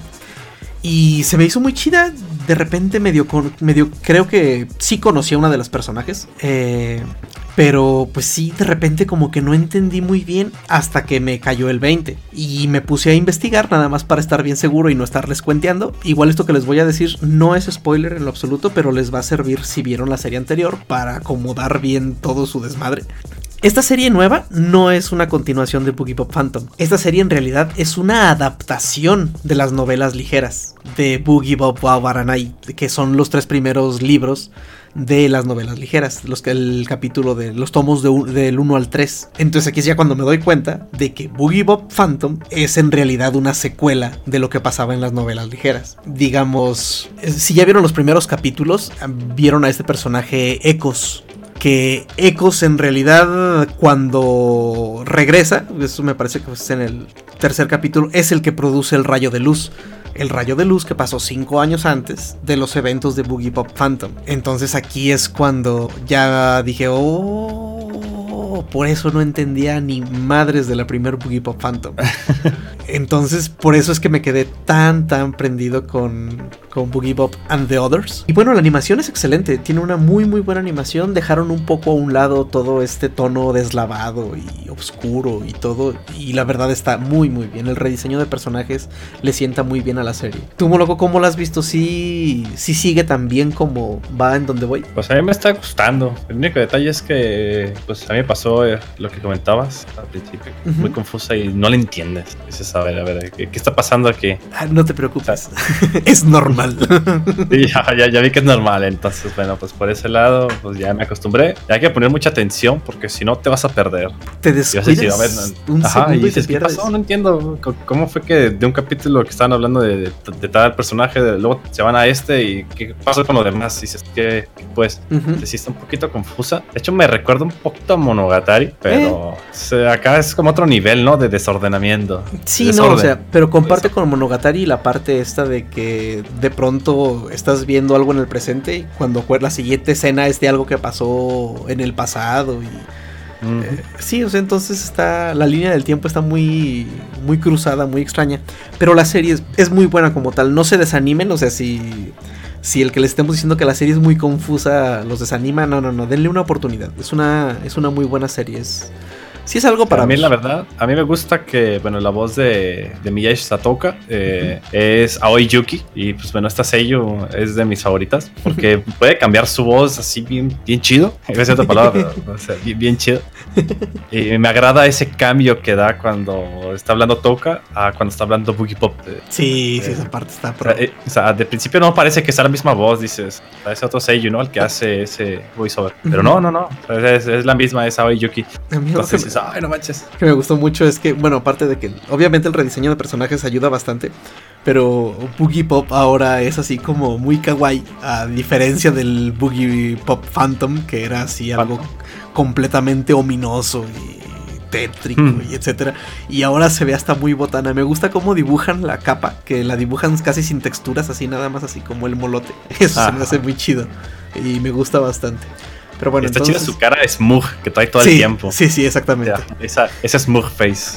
Speaker 1: y se me hizo muy chida. De repente medio, medio creo que sí conocí a una de las personajes, eh, pero pues sí, de repente como que no entendí muy bien hasta que me cayó el veinte y me puse a investigar nada más para estar bien seguro y no estarles cuenteando. Igual esto que les voy a decir no es spoiler en lo absoluto, pero les va a servir si vieron la serie anterior para acomodar bien todo su desmadre. Esta serie nueva no es una continuación de Boogie Bop Phantom. Esta serie en realidad es una adaptación de las novelas ligeras de Boogie Bop Wow Aranai, que son los tres primeros libros de las novelas ligeras, los que el capítulo de los tomos de, del uno al tres. Entonces aquí es ya cuando me doy cuenta de que Boogie Bop Phantom es en realidad una secuela de lo que pasaba en las novelas ligeras. Digamos, si ya vieron los primeros capítulos, vieron a este personaje Echoes, que Ecos en realidad cuando regresa, eso me parece que es en el tercer capítulo, es el que produce el rayo de luz. El rayo de luz que pasó cinco años antes de los eventos de Boogie Pop Phantom. Entonces aquí es cuando ya dije, oh, por eso no entendía ni madres de la primer Boogie Pop Phantom. Entonces por eso es que me quedé tan tan prendido con, con Boogie Pop and the Others. Y bueno, la animación es excelente, tiene una muy muy buena animación. Dejaron un poco a un lado todo este tono deslavado y oscuro y todo, y la verdad está muy muy bien. El rediseño de personajes le sienta muy bien a la serie. ¿Tú, Moloco, cómo la has visto? ¿Sí, sí sigue tan bien como va en donde voy?
Speaker 2: Pues a mí me está gustando. El único detalle es que pues a mí me pasó eh, lo que comentabas al principio, uh-huh. muy confusa y no le entiendes. Dices, a ver, a ver, ¿qué, qué está pasando aquí?
Speaker 1: Ah, no te preocupes, es normal.
Speaker 2: Sí, ya, ya, ya vi que es normal. Entonces, bueno, pues por ese lado pues ya me acostumbré. Hay que poner mucha atención porque si no te vas a perder.
Speaker 1: Te descuidas
Speaker 2: decir, a ver, no,
Speaker 1: un
Speaker 2: ajá,
Speaker 1: segundo y,
Speaker 2: y dices,
Speaker 1: te pierdes.
Speaker 2: ¿qué pasó? No entiendo. ¿Cómo fue que de un capítulo que estaban hablando de, de, de tal personaje, de, luego se van a este y qué pasó con lo demás? Y dices, que pues, uh-huh. sí está un poquito confusa. De hecho, me recuerda un poquito a Monogatari, pero eh. o sea, acá es como otro nivel, ¿no? De desordenamiento.
Speaker 1: Sí,
Speaker 2: Desorden.
Speaker 1: no, o sea, pero comparte con Monogatari la parte esta de que de pronto estás viendo algo en el presente y cuando la siguiente escena es de algo que pasó en el pasado y Uh-huh. Eh, sí, o sea, entonces está la línea del tiempo está muy muy cruzada, muy extraña, pero la serie es, es muy buena como tal. No se desanimen, o sea, si si el que les estemos diciendo que la serie es muy confusa los desanima, no, no, no, denle una oportunidad. Es una es una muy buena serie. Es sí es algo para
Speaker 2: a mí,
Speaker 1: mí.
Speaker 2: La verdad, a mí me gusta que, bueno, la voz de, de Miyashi Satoka eh, uh-huh. es Aoi Yuki. Y pues bueno, esta seiyuu es de mis favoritas porque puede cambiar su voz así bien, bien chido. Es otra palabra, pero, o sea, bien, bien chido. Y me agrada ese cambio que da cuando está hablando Toka a cuando está hablando Boogie Pop.
Speaker 1: Sí,
Speaker 2: eh,
Speaker 1: sí, esa parte está
Speaker 2: pro. O sea, eh, o sea, de principio no parece que sea la misma voz, dices, ese otro seiyuu, ¿no? El que hace ese voiceover. Pero uh-huh. no, no, no. Es, es la misma, es Aoi Yuki. Entonces,
Speaker 1: me, ay, no manches. Que me gustó mucho es que, bueno, aparte de que obviamente el rediseño de personajes ayuda bastante, pero Boogie Pop ahora es así como muy kawaii, a diferencia del Boogie Pop Phantom, que era así algo completamente ominoso y tétrico mm. y etcétera. Y ahora se ve hasta muy botana. Me gusta cómo dibujan la capa, que la dibujan casi sin texturas, así nada más así como el molote. Eso ah. se me hace muy chido y me gusta bastante. Pero bueno,
Speaker 2: está
Speaker 1: entonces...
Speaker 2: chida su cara smug que trae todo
Speaker 1: sí,
Speaker 2: el tiempo.
Speaker 1: Sí, sí, exactamente.
Speaker 2: Ya, esa, esa smug face.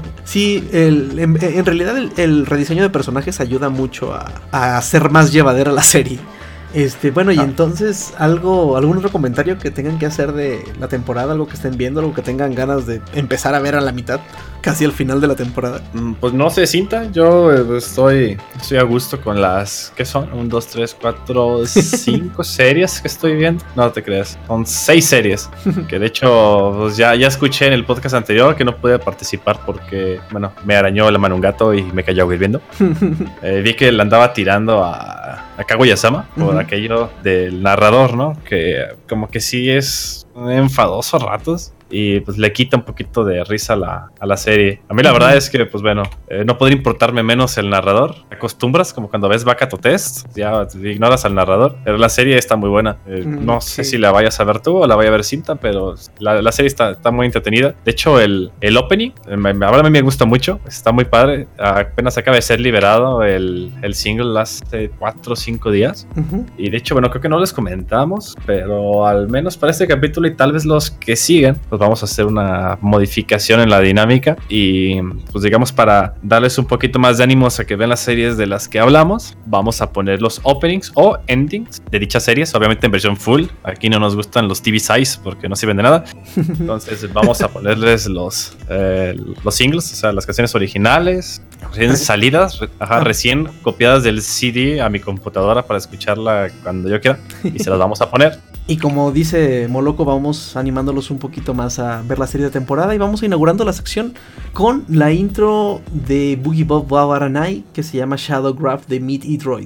Speaker 1: Sí, el, en, en realidad el, el rediseño de personajes ayuda mucho a, a hacer más llevadera la serie. Este, bueno, y ah. entonces, algo, algún otro comentario que tengan que hacer de la temporada, algo que estén viendo, algo que tengan ganas de empezar a ver a la mitad, casi al final de la temporada.
Speaker 2: Pues no sé, Cinta, yo estoy, estoy a gusto con las, ¿qué son? Un, dos, tres, cuatro, cinco series que estoy viendo. No te creas, son seis series, que de hecho, pues ya, ya escuché en el podcast anterior que no pude participar porque, bueno, me arañó la mano un gato y me cayó hirviendo. eh, vi que le andaba tirando a, a Kaguya-sama por uh-huh. aquello del narrador, ¿no? Que como que sí es enfadoso a ratos y pues le quita un poquito de risa a la, a la serie. A mí la uh-huh. verdad es que, pues bueno, eh, no podría importarme menos el narrador. Te acostumbras, como cuando ves Bakato Test, ya ignoras al narrador, pero la serie está muy buena. Eh, uh-huh. No sé sí. si la vayas a ver tú o la vaya a ver Cinta, pero la, la serie está, está muy entretenida. De hecho, el, el opening, me, ahora a mí me gusta mucho, está muy padre. Apenas acaba de ser liberado el, el single hace cuatro o cinco días. Uh-huh. Y de hecho, bueno, creo que no les comentamos, pero al menos para este capítulo y tal vez los que siguen, pues vamos a hacer una modificación en la dinámica y pues digamos para darles un poquito más de ánimos a que vean las series de las que hablamos, vamos a poner los openings o endings de dichas series, obviamente en versión full. Aquí no nos gustan los T V size porque no sirven de nada, entonces vamos a ponerles los eh, los singles, o sea, las canciones originales recién salidas, ajá, recién copiadas del C D a mi computadora para escucharla cuando yo quiera y se las vamos a poner.
Speaker 1: Y como dice Moloco, vamos animándolos un poquito más a ver la serie de temporada y vamos inaugurando la sección con la intro de Boogie Pop Wa Waranai que se llama Shadow Graph de Meat Eat Droid.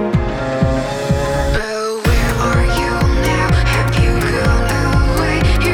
Speaker 5: Where are you now? Have you gone away?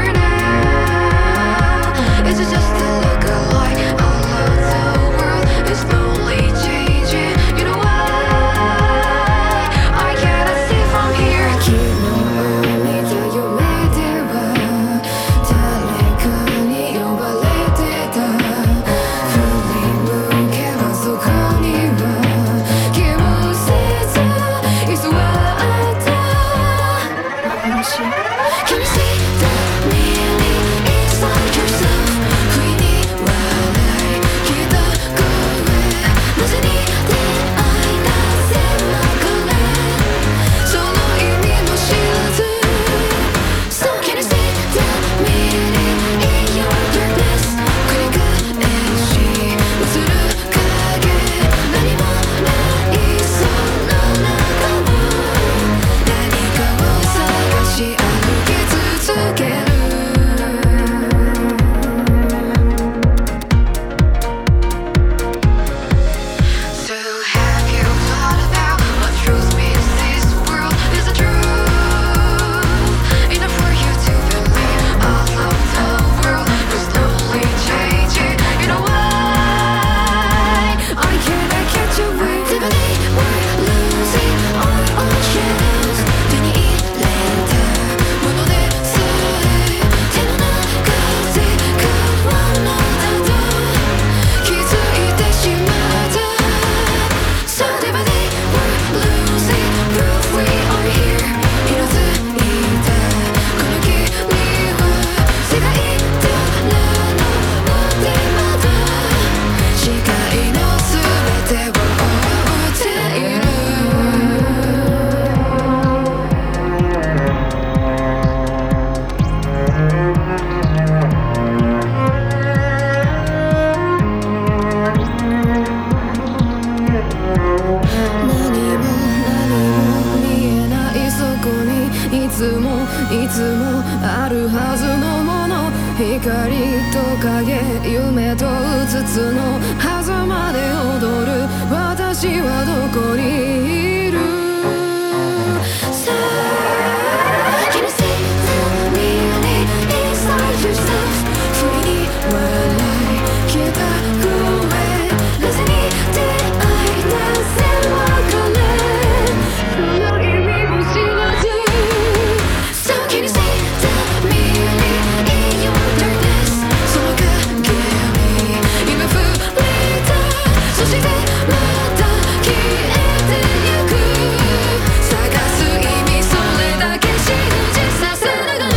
Speaker 5: はずのもの光と影夢とうつつの狭間で踊る私はどこにいるさあ Can you see the meaning inside yourself 不意に笑い消えた声なぜに出会いなぜ別れその意味も知らず So can you see the meaning in your darkness その影に今触れたそしてまた消えてゆく探す意味それだけ信じさせながら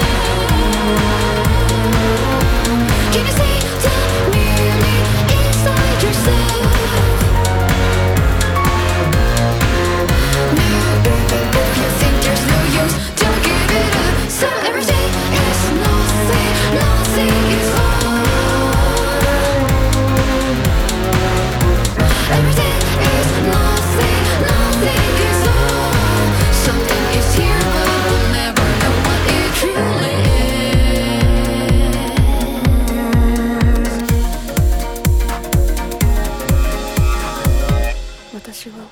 Speaker 5: Can you see the meaning inside yourself You think there's no use, don't give it up So everything is nothing, nothing is all Everything is nothing, nothing is all Something is here but we'll never know what it truly is 私は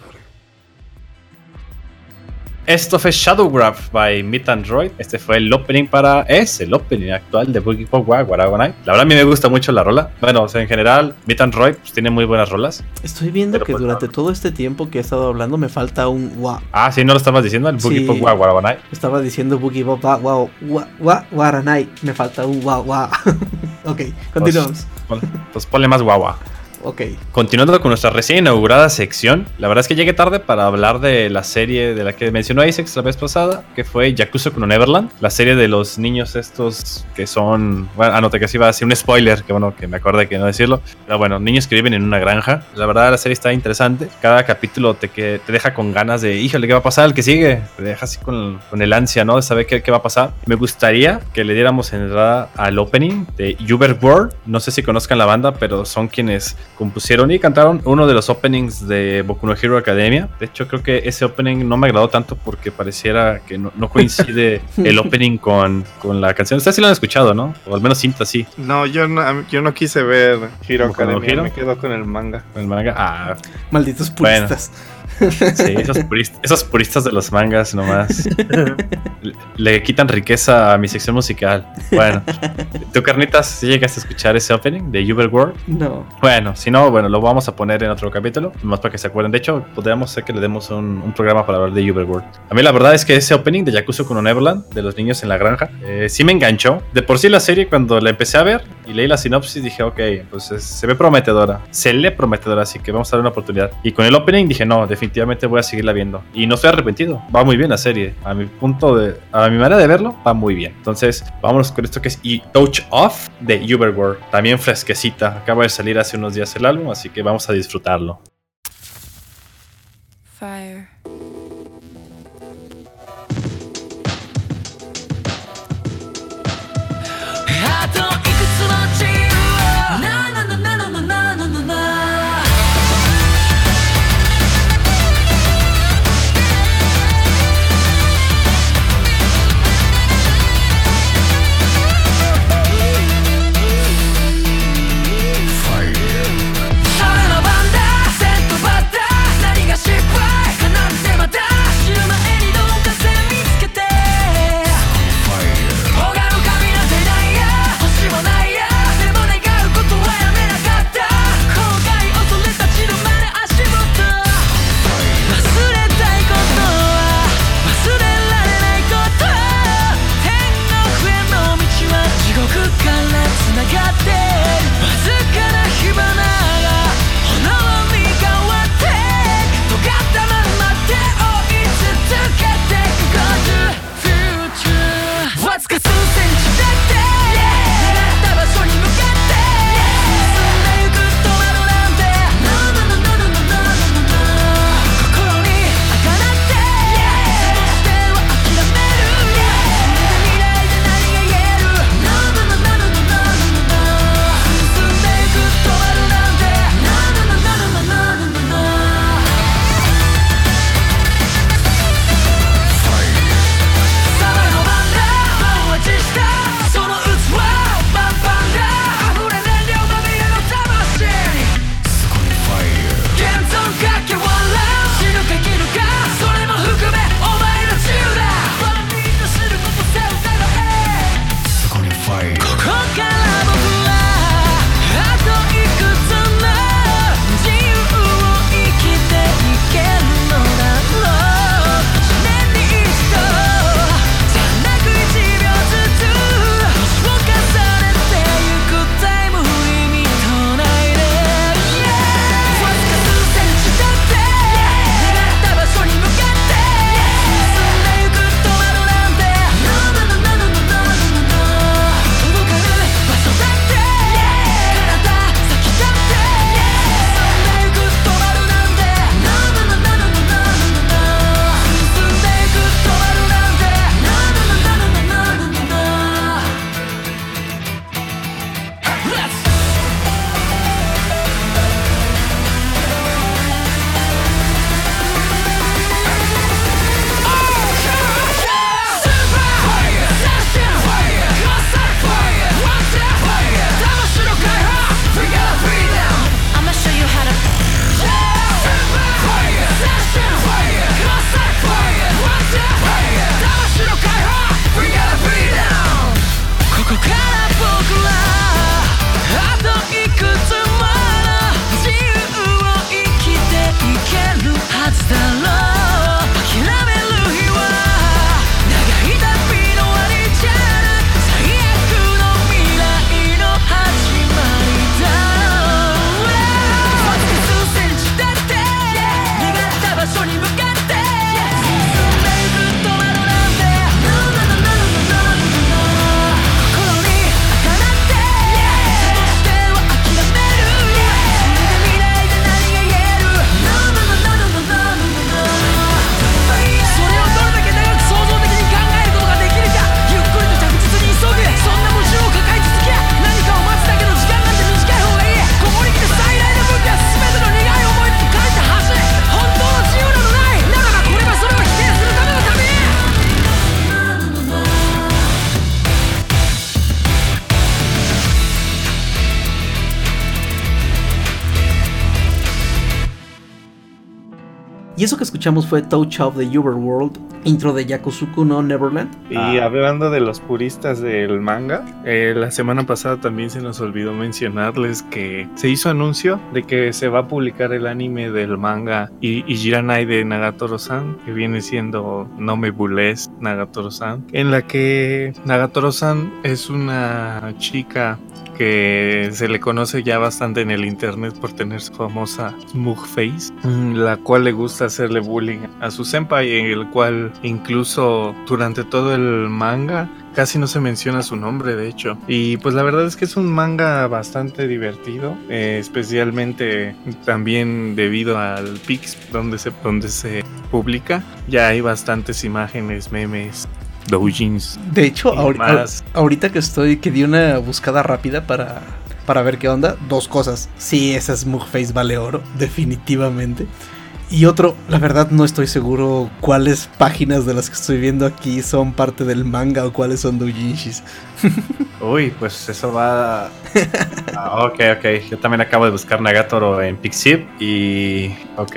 Speaker 2: Esto fue Shadow Graph by Meet Android. Este fue el opening para... Es el opening actual de Boogie Pop Wa Warawa Night. La verdad a mí me gusta mucho la rola. Bueno, o sea, en general, Meet Android pues, tiene muy buenas rolas.
Speaker 1: Estoy viendo
Speaker 2: Pero
Speaker 1: que
Speaker 2: pues,
Speaker 1: durante
Speaker 2: no.
Speaker 1: todo este tiempo que he estado hablando me falta un wa.
Speaker 2: Ah, sí, ¿no lo estabas diciendo? El Boogie
Speaker 1: Sí.
Speaker 2: Pop Wa Warawa Night.
Speaker 1: Estaba diciendo Boogie Bop Wa Wa Wa Wa Waranai. Me falta un wa wa. Ok, continuamos.
Speaker 2: Pues, pues ponle más guagua.
Speaker 1: Ok.
Speaker 2: Continuando con nuestra recién inaugurada sección, la verdad es que llegué tarde para hablar de la serie de la que mencionó Isaac la vez pasada, que fue Yakuza Kuno Neverland, la serie de los niños estos que son... Bueno, anoté que sí iba a ser un spoiler, que bueno, que me acordé que no decirlo, pero bueno, niños que viven en una granja. La verdad la serie está interesante, cada capítulo te, que, te deja con ganas de, híjole, ¿qué va a pasar el que sigue? Te deja así con, con el ansia, ¿no? De saber qué, qué va a pasar. Me gustaría que le diéramos entrada al opening de Uber World, no sé si conozcan la banda, pero son quienes compusieron y cantaron uno de los openings de Boku no Hero Academia. De hecho, creo que ese opening no me agradó tanto porque pareciera que no, no coincide el opening con, con la canción. Ustedes sí lo han escuchado, ¿no? O al menos Cinta sí.
Speaker 4: No, yo no, yo no quise ver Hero
Speaker 2: ¿Boku no
Speaker 4: Academia,
Speaker 2: Hero?
Speaker 4: me quedo con el manga.
Speaker 2: El manga. Ah,
Speaker 1: Malditos puristas.
Speaker 2: sí, esos puristas, esos puristas de los mangas nomás le, le quitan riqueza a mi sección musical. Bueno, ¿tú, Carnitas, si llegaste a escuchar ese opening de Uber World?
Speaker 1: No.
Speaker 2: Bueno, si no, bueno, lo vamos a poner en otro capítulo, más para que se acuerden. De hecho, podríamos hacer que le demos un, un programa para hablar de Uber World. A mí la verdad es que ese opening de Yakuza Kuno Neverland, de los niños en la granja, eh, sí me enganchó. De por sí la serie, cuando la empecé a ver y leí la sinopsis, dije, ok, pues es, se ve prometedora, se lee prometedora, así que vamos a darle una oportunidad. Y con el opening dije, no, definitivamente voy a seguirla viendo. Y no estoy arrepentido, va muy bien la serie. A mi punto de, a mi manera de verlo, va muy bien. Entonces, vámonos con esto que es y Touch Off de Uber World. También fresquecita, acaba de salir hace unos días el álbum, así que vamos a disfrutarlo.
Speaker 5: Fire. あといくつの自由をななななななななななそれの番だ先頭バッター何が失敗必
Speaker 1: Y eso que escuchamos fue Touch of the Overworld, intro de Yakusoku no Neverland.
Speaker 4: Y
Speaker 2: Ah.
Speaker 4: hablando de los puristas del manga, eh, la semana pasada también se nos olvidó mencionarles que se hizo anuncio de que se va a publicar el anime del manga I- Ijiranai de Nagatoro-san, que viene siendo No Me Bulles Nagatoro-san, en la que Nagatoro-san es una chica que se le conoce ya bastante en el internet por tener su famosa smug face, la cual le gusta hacerle bullying a su senpai, en el cual incluso durante todo el manga casi no se menciona su nombre, de hecho. Y pues la verdad es que es un manga bastante divertido, eh, especialmente también debido al Pix donde se, donde se publica. Ya hay bastantes imágenes, memes, doujins.
Speaker 1: De hecho,
Speaker 4: Y
Speaker 1: ahori-
Speaker 4: más.
Speaker 1: a- ahorita que estoy, que di una buscada rápida para, para ver qué onda, dos cosas. Sí, esa Smugface vale oro, definitivamente. Y otro, la verdad no estoy seguro cuáles páginas de las que estoy viendo aquí son parte del manga o cuáles son doujinshis.
Speaker 2: Uy, pues eso va. Ah, ok, ok. Yo también acabo de buscar Nagatoro en Pixiv y. Ok.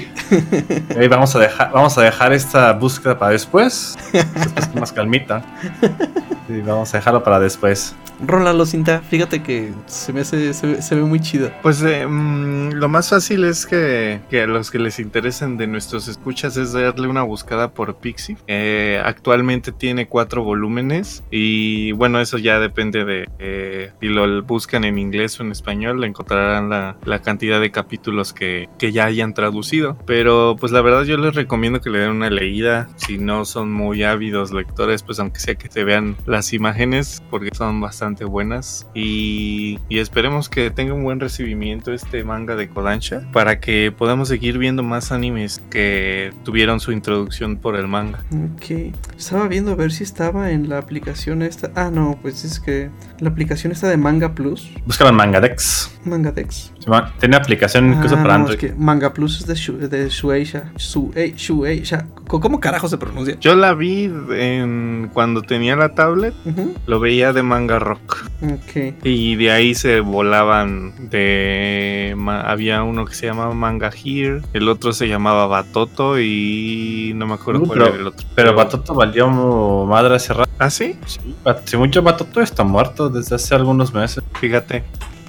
Speaker 2: Ok, vamos a dejar, vamos a dejar esta búsqueda para después. Después con más calmita. Sí, vamos a dejarlo para después.
Speaker 1: Rólalo, cinta, fíjate que se me hace, se, ve- se ve muy chido.
Speaker 4: Pues eh, mm, lo más fácil es que, que a los que les interesen de nuestros escuchas es darle una buscada por Pixiv. Eh, actualmente tiene cuatro volúmenes y bueno, eso ya depende de eh, si lo buscan en inglés o en español, encontrarán la, la cantidad de capítulos que, que ya hayan traducido. Pero pues la verdad yo les recomiendo que le den una leída. Si no son muy ávidos lectores, pues aunque sea que se vean las imágenes, porque son bastante buenas. Y, y esperemos que tenga un buen recibimiento este manga de Kodansha, para que podamos seguir viendo más animes que tuvieron su introducción por el manga.
Speaker 1: Ok, estaba viendo a ver si estaba en la aplicación esta. Ah, no, pues es que la aplicación esta de Manga Plus,
Speaker 2: Búscalo en Mangadex.
Speaker 1: Mangadex.
Speaker 2: Se llama- Tiene aplicación incluso
Speaker 1: Ah,
Speaker 2: para
Speaker 1: no,
Speaker 2: Android.
Speaker 1: es que Manga Plus es de, Shu, de Shueisha. Shue- Shueisha. ¿Cómo carajo se pronuncia?
Speaker 4: Yo la vi en, cuando tenía la tablet,
Speaker 1: Ujú.
Speaker 4: lo veía de Manga Rock.
Speaker 1: Ok.
Speaker 4: Y de ahí se volaban de... ma- había uno que se llamaba Manga Here, el otro se llamaba Batoto y no me acuerdo
Speaker 2: Uh,
Speaker 4: cuál
Speaker 2: pero-
Speaker 4: era el otro.
Speaker 2: Pero Batoto valió madre hace rato.
Speaker 4: ¿Ah, sí?
Speaker 2: Sí, Bat- si mucho Batoto está muerto desde hace algunos meses.
Speaker 4: Fíjate.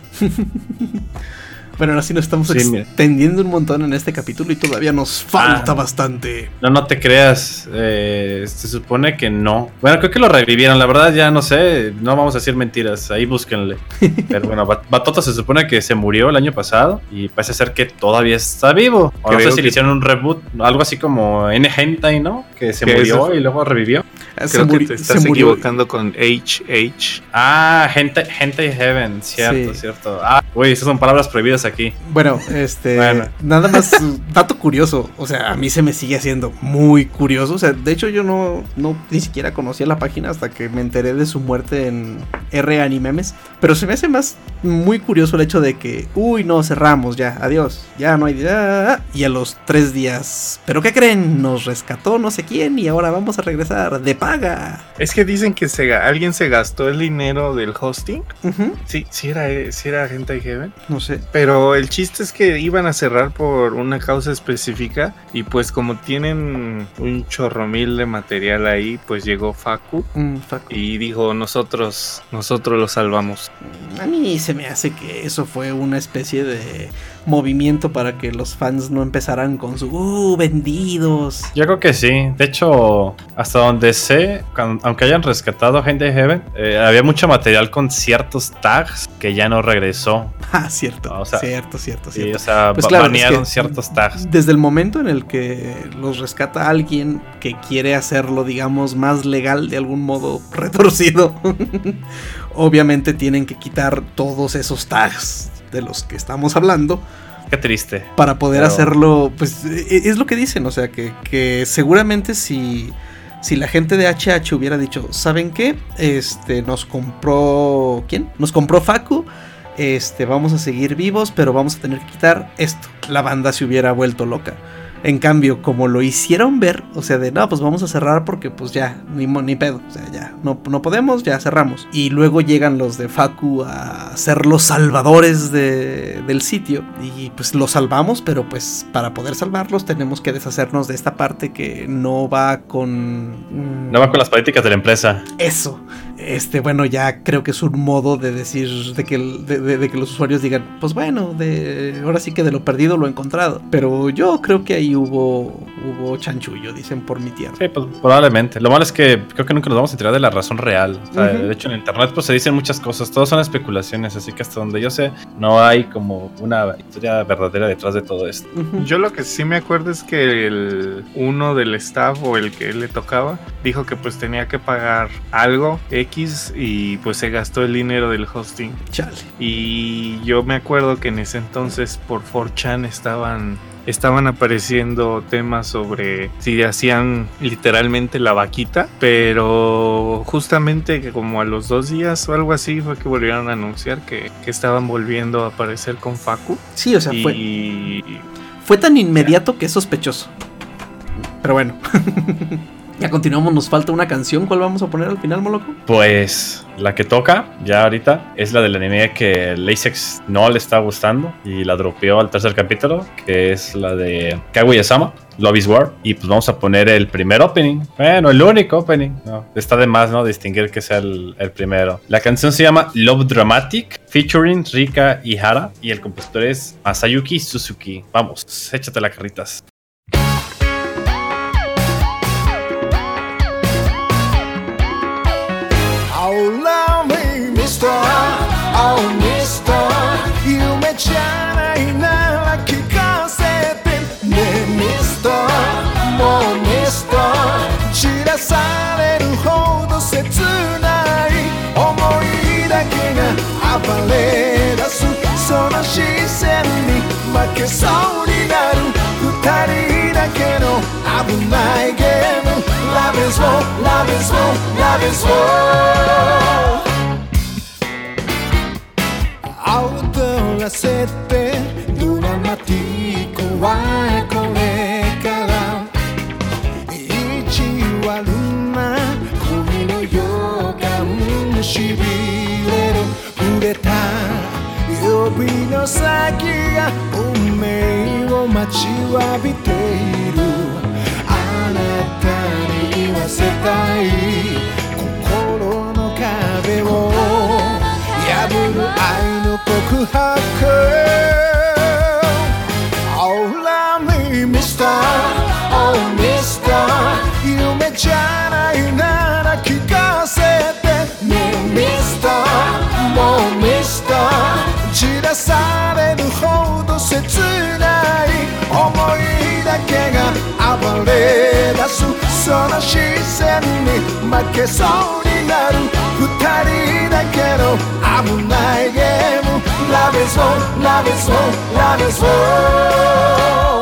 Speaker 1: Bueno, ahora sí nos estamos
Speaker 2: Sí, mira.
Speaker 1: extendiendo un montón en este capítulo y todavía nos falta
Speaker 2: Ah.
Speaker 1: bastante.
Speaker 2: No, no te creas. eh, se supone que no. Bueno, creo que lo revivieron. La verdad, ya no sé. No vamos a decir mentiras. Ahí búsquenle. Pero bueno, Bat- Batoto se supone que se murió el año pasado. Y parece ser que todavía está vivo. O no
Speaker 4: Creo
Speaker 2: sé si
Speaker 4: que-
Speaker 2: le hicieron un reboot. Algo así como N Hentai, ¿no? Que se
Speaker 4: Que
Speaker 2: murió
Speaker 4: eso-
Speaker 2: y luego revivió.
Speaker 1: Se
Speaker 4: Creo
Speaker 1: muri-
Speaker 4: que te estás
Speaker 1: se murió.
Speaker 4: equivocando con H H.
Speaker 2: Ah, Hentai, Hentai Heaven. Cierto,
Speaker 1: Sí.
Speaker 2: cierto. Ah, uy, esas son palabras prohibidas aquí.
Speaker 1: Bueno, este,
Speaker 2: Bueno.
Speaker 1: nada más uh, dato curioso, o sea, a mí se me sigue haciendo muy curioso, o sea, de hecho yo no, no ni siquiera conocía la página hasta que me enteré de su muerte en R Animemes, pero se me hace más muy curioso el hecho de que, uy, no, cerramos ya, adiós, ya no hay, ah, y a los tres días, ¿pero qué creen? Nos rescató no sé quién y ahora vamos a regresar de paga.
Speaker 4: Es que dicen que se, ga- alguien se gastó el dinero del hosting.
Speaker 1: Ujú,
Speaker 4: Sí, sí era, eh, sí era Hentai Heaven.
Speaker 1: no sé.
Speaker 4: Pero el chiste es que iban a cerrar por una causa específica. Y pues como tienen un chorro mil de material ahí, pues llegó Facu
Speaker 1: Mm, fuck.
Speaker 4: y dijo, nosotros, nosotros lo salvamos.
Speaker 1: A mí se me hace que eso fue una especie de movimiento para que los fans no empezaran con su uh, vendidos.
Speaker 2: Yo creo que sí. De hecho, hasta donde sé, cuan- aunque hayan rescatado Hentai Heaven, eh, había mucho material con ciertos tags que ya no regresó.
Speaker 1: Ah, cierto,
Speaker 2: O sea,
Speaker 1: cierto, cierto,
Speaker 2: Sí,
Speaker 1: cierto.
Speaker 2: o sea,
Speaker 1: Pues
Speaker 2: ba-
Speaker 1: claro,
Speaker 2: banearon
Speaker 1: es que
Speaker 2: ciertos tags.
Speaker 1: Desde el momento en el que los rescata alguien que quiere hacerlo, digamos, más legal de algún modo retorcido, obviamente tienen que quitar todos esos tags de los que estamos hablando
Speaker 2: Qué triste.
Speaker 1: para poder
Speaker 2: Pero-
Speaker 1: hacerlo, pues e- es lo que dicen, o sea, que, que seguramente si, si la gente de H H hubiera dicho, ¿saben qué? Este, nos compró, ¿quién? Nos compró Facu, este, vamos a seguir vivos, pero vamos a tener que quitar esto. La banda se hubiera vuelto loca. En cambio, como lo hicieron ver, o sea, de no, pues vamos a cerrar porque pues ya, ni, ni pedo, o sea, ya, no, no podemos, ya cerramos. Y luego llegan los de Facu a ser los salvadores de, del sitio. Y pues los salvamos, pero pues para poder salvarlos tenemos que deshacernos de esta parte que no va con...
Speaker 2: Mm, no va con las políticas de la empresa.
Speaker 1: Eso. Este, bueno, ya creo que es un modo de decir, de que, de, de, de que los usuarios digan, pues bueno, de ahora sí que de lo perdido lo he encontrado. Pero yo creo que ahí hubo, hubo chanchullo, dicen por mi tierra.
Speaker 2: Sí, pues probablemente. Lo malo es que creo que nunca nos vamos a enterar de la razón real. O sea, uh-huh. De hecho, en internet pues se dicen muchas cosas, todos son especulaciones, así que hasta donde yo sé, no hay como una historia verdadera detrás de todo esto.
Speaker 4: Uh-huh. Yo lo que sí me acuerdo es que el uno del staff o el que le tocaba dijo que pues tenía que pagar algo X y pues se gastó el dinero del hosting.
Speaker 1: Chale.
Speaker 4: Y yo me acuerdo que en ese entonces por cuatro chan estaban estaban apareciendo temas sobre si hacían literalmente la vaquita, pero justamente como a los dos días o algo así fue que volvieron a anunciar que, que estaban volviendo a aparecer con Facu.
Speaker 1: Sí, o sea,
Speaker 4: y...
Speaker 1: fue fue tan inmediato que es sospechoso. Pero bueno. Ya continuamos, nos falta una canción. ¿Cuál vamos a poner al final, Moloco?
Speaker 2: Pues la que toca ya ahorita es la del anime que Lasix no le está gustando y la dropeó al tercer capítulo, que es la de Kaguya-sama, Love is War. Y pues vamos a poner el primer opening. Bueno, el único opening. No, está de más, ¿no? Distinguir que sea el, el primero. La canción se llama Love Dramatic, featuring Rika Ihara, y el compositor es Masayuki Suzuki. Vamos, échate la carritas.
Speaker 6: Oh mister 夢じゃないなら聞かせてね Mister もう Mister 散らされるほど切ない思いだけが暴れ出すその視線に負けそうになる二人だけの危ないゲーム Love is war, love is war, love is war踊らせてドラマティックはこれから意地悪な恋の予感しびれる触れた指の先が運命を待ちわびているあなたに言わせたい心の壁を破る愛の告白 Oh love me mister Oh mister 夢じゃないなら聞かせてね Mister もう Mister 散らされるほど切ない思いだけが暴れ出すその視線に負けそうになる二人だけの危ないゲーム Love is war, love is war, love is war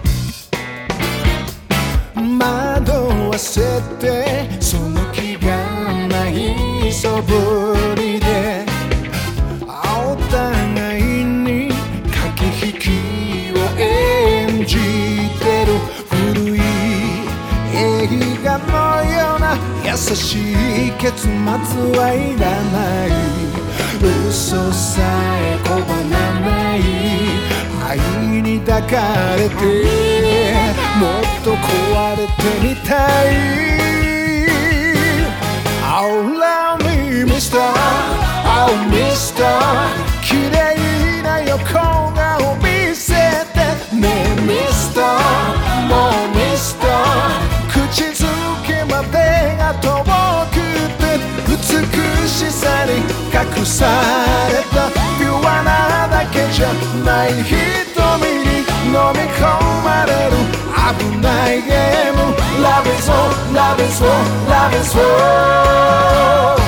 Speaker 6: 惑わせてその気がないそぶりでお互いに駆け引きを演じてる古い映画のような優しい結末はいらない嘘さえ拒まない愛に抱かれてもっと壊れてみたい Oh love me mister Oh mister 綺麗な横顔見せてね Mister もう Mister 口づけまでが遠くて美しさに隠されたピュアなだけじゃない瞳に飲み込まれる危ないゲーム Love is war, love is war, love is war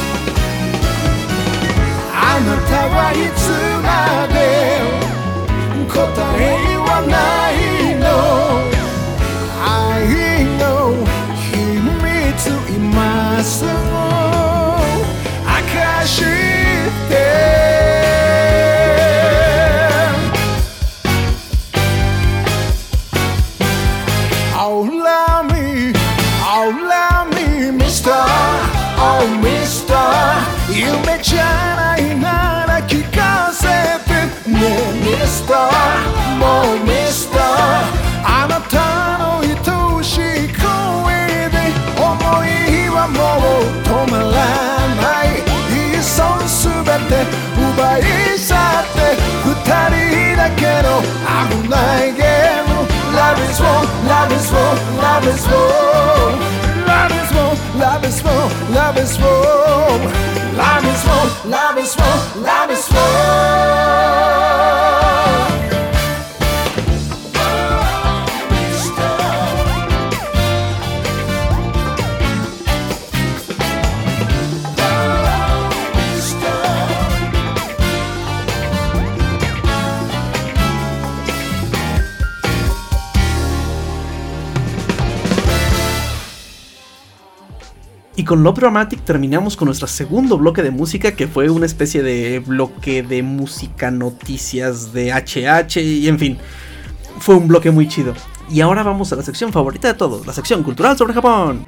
Speaker 6: あなたはいつまで答えはないの愛の秘密今すぐ明かしてスターもうミスターあなたの愛しい声で想いはもう止まらないいっそすべて奪い去って二人だけの危ないゲーム Love is war, love is war, love is war Love is war, love is war, love is war Love is war, love is war, love is war
Speaker 1: Y con Love Dramatic terminamos con nuestro segundo bloque de música, que fue una especie de bloque de música, noticias de H H y en fin, fue un bloque muy chido. Y ahora vamos a la sección favorita de todos, la sección cultural sobre Japón.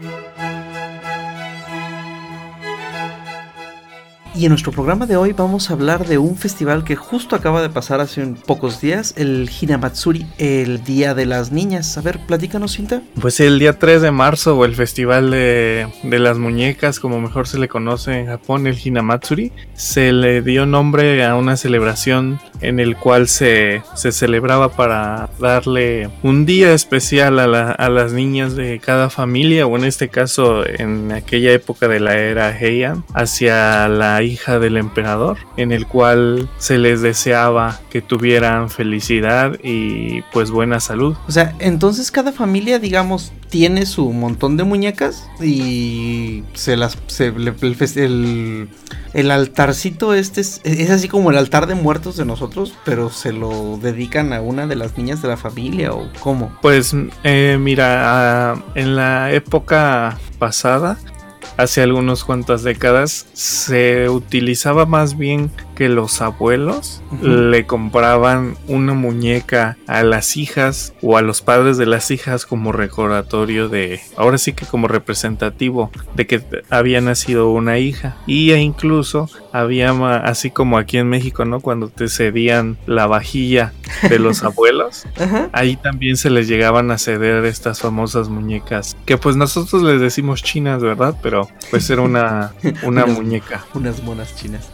Speaker 1: Y en nuestro programa de hoy vamos a hablar de un festival que justo acaba de pasar hace un pocos días, el Hinamatsuri, el Día de las Niñas. A ver, platícanos, Cinta.
Speaker 4: Pues el día tres de marzo, o el Festival de, de las Muñecas, como mejor se le conoce en Japón, el Hinamatsuri, se le dio nombre a una celebración en el cual se, se celebraba para darle un día especial a, la, a las niñas de cada familia, o en este caso, en aquella época de la era Heian, hacia la hija del emperador, en el cual se les deseaba que tuvieran felicidad y pues buena salud.
Speaker 1: O sea, entonces cada familia, digamos, tiene su montón de muñecas y se las se, el, el, el altarcito este es, es así como el altar de muertos de nosotros, pero se lo dedican a una de las niñas de la familia, ¿o cómo?
Speaker 4: Pues eh, mira, uh, en la época pasada, hace algunas cuantas décadas, se utilizaba más bien que los abuelos uh-huh. le compraban una muñeca a las hijas o a los padres de las hijas como recordatorio de, ahora sí que como representativo de que había nacido una hija. Y e incluso había, así como aquí en México, ¿no? Cuando te cedían la vajilla de los abuelos, uh-huh. ahí también se les llegaban a ceder estas famosas muñecas, que pues nosotros les decimos chinas, ¿verdad? Pero pues era una, una
Speaker 1: unas,
Speaker 4: muñeca.
Speaker 1: Unas monas chinas.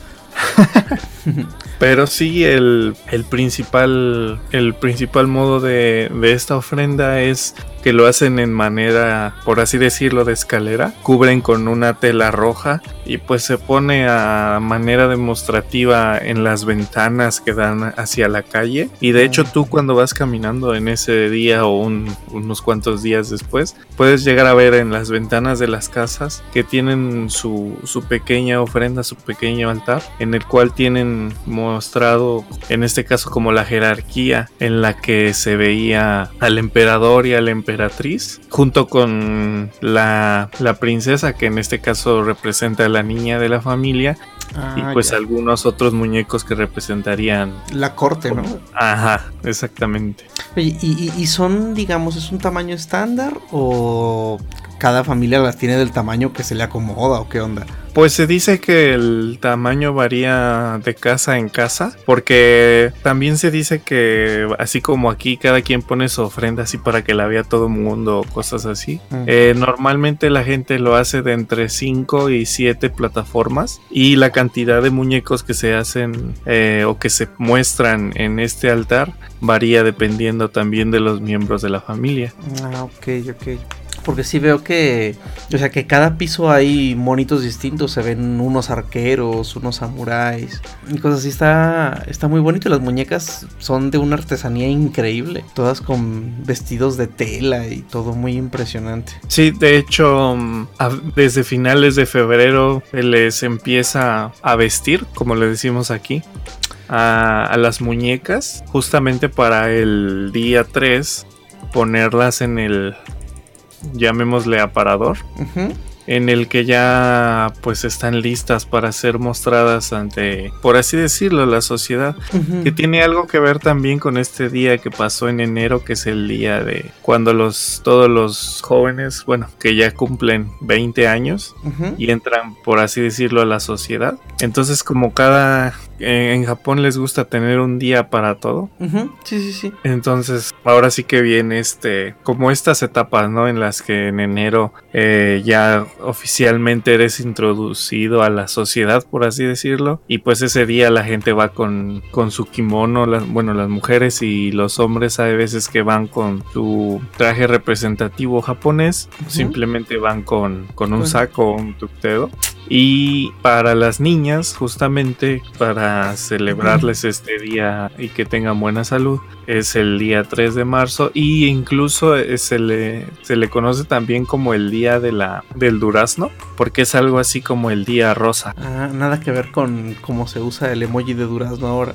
Speaker 4: Pero sí, el, el principal el principal modo de, de esta ofrenda es que lo hacen en manera, por así decirlo, de escalera. Cubren con una tela roja y pues se pone a manera demostrativa en las ventanas que dan hacia la calle. Y de hecho tú, cuando vas caminando en ese día o un, unos cuantos días después, puedes llegar a ver en las ventanas de las casas que tienen su, su pequeña ofrenda, su pequeño altar, en el cual tienen mostrado, en este caso, como la jerarquía en la que se veía al emperador y a la emperatriz, junto con la, la princesa, que en este caso representa a la niña de la familia, ah, y pues ya. algunos otros muñecos que representarían
Speaker 1: la corte, ¿no?
Speaker 4: Ajá, exactamente.
Speaker 1: Oye, ¿y, y, y son, digamos, es un tamaño estándar o cada familia las tiene del tamaño que se le acomoda o qué onda?
Speaker 4: Pues se dice que el tamaño varía de casa en casa, porque también se dice que así como aquí cada quien pone su ofrenda así para que la vea todo el mundo o cosas así, uh-huh. eh, normalmente la gente lo hace de entre cinco y siete plataformas, y la cantidad de muñecos que se hacen eh, o que se muestran en este altar varía dependiendo también de los miembros de la familia.
Speaker 1: Ah, ok, ok. Porque sí veo que, o sea, que cada piso hay monitos distintos, se ven unos arqueros, unos samuráis y cosas así. Está, está muy bonito. Las muñecas son de una artesanía increíble, todas con vestidos de tela y todo muy impresionante.
Speaker 4: Sí, de hecho, desde finales de febrero les empieza a vestir, como le decimos aquí, a, a las muñecas, justamente para el día tres ponerlas en el, llamémosle, aparador, uh-huh. en el que ya pues están listas para ser mostradas ante, por así decirlo, la sociedad,
Speaker 1: Ujú.
Speaker 4: que tiene algo que ver también con este día que pasó en enero, que es el día de cuando los todos los jóvenes, bueno, que ya cumplen veinte años
Speaker 1: Ujú.
Speaker 4: y entran, por así decirlo, a la sociedad. Entonces, como cada eh, en Japón les gusta tener un día para todo.
Speaker 1: Ujú. Sí, sí, sí.
Speaker 4: Entonces, ahora sí que viene este, como estas etapas, ¿no? En las que en enero eh, ya oficialmente eres introducido a la sociedad, por así decirlo. Y pues ese día la gente va con, con su kimono, las, bueno, las mujeres y los hombres hay veces que van con su traje representativo japonés.
Speaker 1: Ujú.
Speaker 4: Simplemente van con, con un
Speaker 1: Con-
Speaker 4: saco o un tuxedo. Y para las niñas, justamente para celebrarles este día y que tengan buena salud, es el día tres de marzo. Y incluso eh, se le, se le conoce también como el día de la, del durazno, porque es algo así como el día rosa.
Speaker 1: Ah, nada que ver con cómo se usa el emoji de durazno ahora.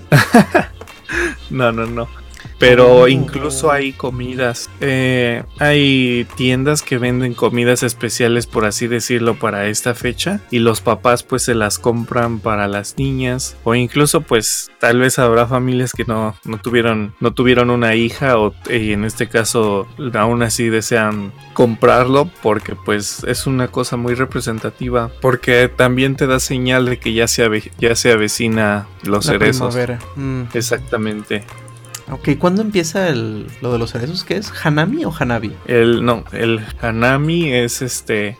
Speaker 4: No, no, no. Pero
Speaker 1: Oh.
Speaker 4: incluso hay comidas, eh, hay tiendas que venden comidas especiales, por así decirlo, para esta fecha, y los papás pues se las compran para las niñas, o incluso pues tal vez habrá familias que no, no tuvieron no tuvieron una hija, o y en este caso aún así desean comprarlo porque pues es una cosa muy representativa, porque también te da señal de que ya se ave- ya se avecina los
Speaker 1: La
Speaker 4: cerezos.
Speaker 1: primavera. Mm.
Speaker 4: Exactamente.
Speaker 1: Ok, ¿cuándo empieza el, lo de los cerezos? ¿Qué es? ¿Hanami o Hanabi?
Speaker 4: El, no, el Hanami es este,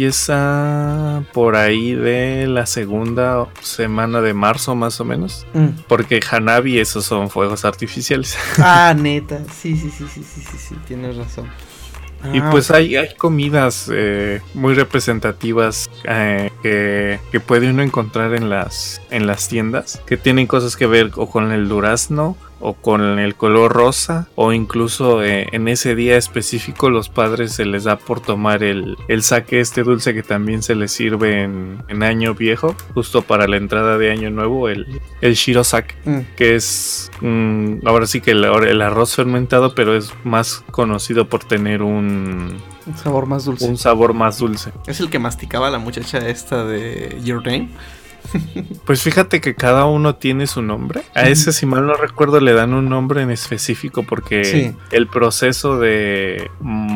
Speaker 4: empieza por ahí de la segunda semana de marzo más o menos,
Speaker 1: Mm.
Speaker 4: porque Hanabi esos son fuegos artificiales.
Speaker 1: Ah, neta. Sí, sí, sí, sí, sí, sí, sí, tienes razón.
Speaker 4: Y
Speaker 1: Ah,
Speaker 4: pues hay, hay comidas eh, muy representativas eh, que, que puede uno encontrar en las, en las tiendas, que tienen cosas que ver o con el durazno o con el color rosa, o incluso eh, en ese día específico los padres se les da por tomar el, el sake, este dulce que también se les sirve en, en año viejo, justo para la entrada de año nuevo, el, el shirosake,
Speaker 1: mm.
Speaker 4: que es mm, ahora sí que el, el arroz fermentado, pero es más conocido por tener un,
Speaker 1: Un sabor más dulce.
Speaker 4: un sabor más dulce.
Speaker 1: Es el que masticaba la muchacha esta de Your Name.
Speaker 4: Pues fíjate que cada uno tiene su nombre. A ese, si mal no recuerdo, le dan un nombre en específico porque
Speaker 1: Sí.
Speaker 4: el proceso de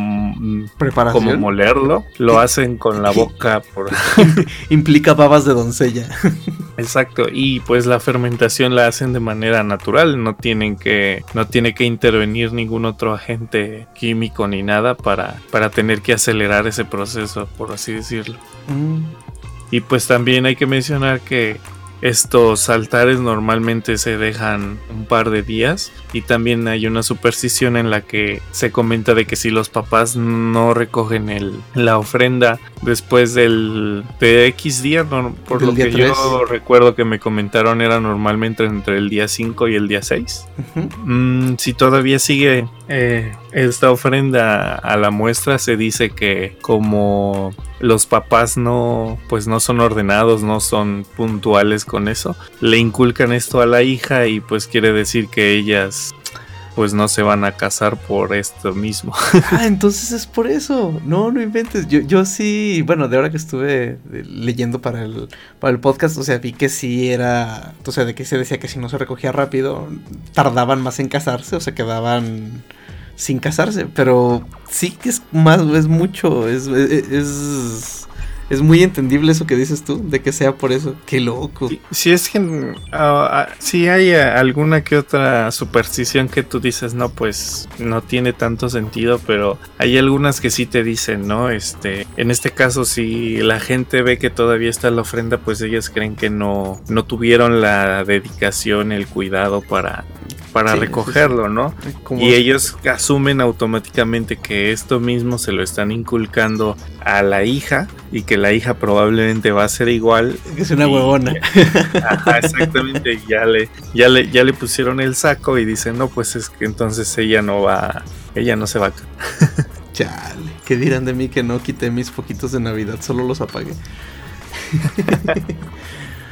Speaker 4: mm,
Speaker 1: Preparación.
Speaker 4: como molerlo lo hacen con la boca. Por...
Speaker 1: Implica babas de doncella.
Speaker 4: Exacto. Y pues la fermentación la hacen de manera natural. No tienen que, no tiene que intervenir ningún otro agente químico ni nada para, para tener que acelerar ese proceso, por así decirlo.
Speaker 1: Mm.
Speaker 4: Y pues también hay que mencionar que estos altares normalmente se dejan un par de días, y también hay una superstición en la que se comenta de que si los papás no recogen el, la ofrenda después del de X día, no, por
Speaker 1: Del
Speaker 4: lo
Speaker 1: día
Speaker 4: que
Speaker 1: tres.
Speaker 4: yo recuerdo que me comentaron era normalmente entre el día cinco y el día seis.
Speaker 1: Ujú.
Speaker 4: Mm, si todavía sigue eh, esta ofrenda a la muestra, se dice que como los papás no, pues no son ordenados, no son puntuales con eso, le inculcan esto a la hija, y pues quiere decir que ellas pues no se van a casar por esto mismo.
Speaker 1: Ah, entonces es por eso. No, no inventes. Yo, yo sí, bueno, de ahora que estuve eh, leyendo para el, para el podcast, o sea, vi que sí era, o sea, de que se decía que si no se recogía rápido, tardaban más en casarse o se quedaban sin casarse. Pero sí que es más, es mucho, es, es, es, es muy entendible eso que dices tú, de que sea por eso. Qué loco.
Speaker 4: Si, si es que uh, uh, si hay uh, alguna que otra superstición que tú dices, no, pues no tiene tanto sentido, pero hay algunas que sí te dicen, ¿no? Este, en este caso, si la gente ve que todavía está la ofrenda, pues ellas creen que no, no tuvieron la dedicación, el cuidado para, para
Speaker 1: Sí,
Speaker 4: recogerlo,
Speaker 1: sí, sí.
Speaker 4: ¿no?
Speaker 1: Como-
Speaker 4: Y ellos asumen automáticamente que esto mismo se lo están inculcando a la hija, y que la hija probablemente va a ser igual.
Speaker 1: que es una
Speaker 4: Y-
Speaker 1: huevona.
Speaker 4: Ajá, exactamente. Ya le, ya le, ya le pusieron el saco y dicen, no, pues es que entonces ella no va, ella no se va a ca-".
Speaker 1: Chale, ¿qué dirán de mí que no quité mis foquitos de Navidad? Solo los apagué.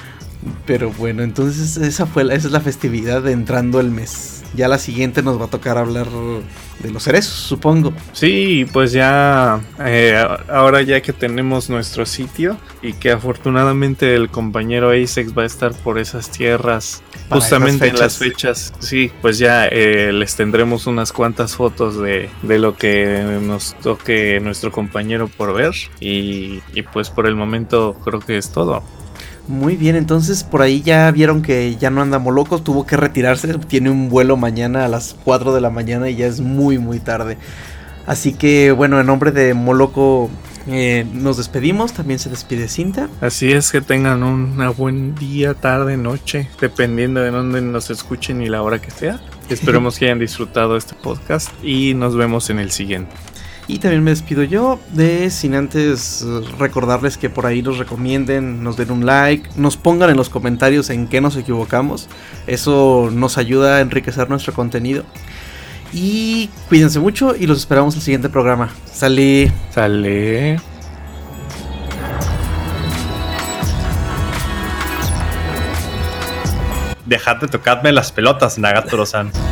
Speaker 1: Pero bueno, entonces esa fue la, esa es la festividad de entrando el mes. Ya la siguiente nos va a tocar hablar de los cerezos, supongo.
Speaker 4: Sí, pues ya eh, ahora ya que tenemos nuestro sitio y que afortunadamente el compañero Acex va a estar por esas tierras
Speaker 1: Para
Speaker 4: justamente
Speaker 1: esas
Speaker 4: en las fechas, sí, pues ya eh, les tendremos unas cuantas fotos de, de lo que nos toque nuestro compañero por ver y, y pues por el momento creo que es todo.
Speaker 1: Muy bien, entonces por ahí ya vieron que ya no anda Moloco, tuvo que retirarse, tiene un vuelo mañana a las cuatro de la mañana y ya es muy muy tarde. Así que bueno, en nombre de Moloco eh, nos despedimos, también se despide Cinta.
Speaker 4: Así es, que tengan un buen día, tarde, noche, dependiendo de dónde nos escuchen y la hora que sea. Esperemos que hayan disfrutado este podcast y nos vemos en el siguiente.
Speaker 1: Y también me despido yo, de sin antes recordarles que por ahí nos recomienden, nos den un like, nos pongan en los comentarios en qué nos equivocamos. Eso nos ayuda a enriquecer nuestro contenido. Y cuídense mucho y los esperamos en el siguiente programa. Sale.
Speaker 4: Sale.
Speaker 2: Dejad de tocarme las pelotas, Nagatoro-san.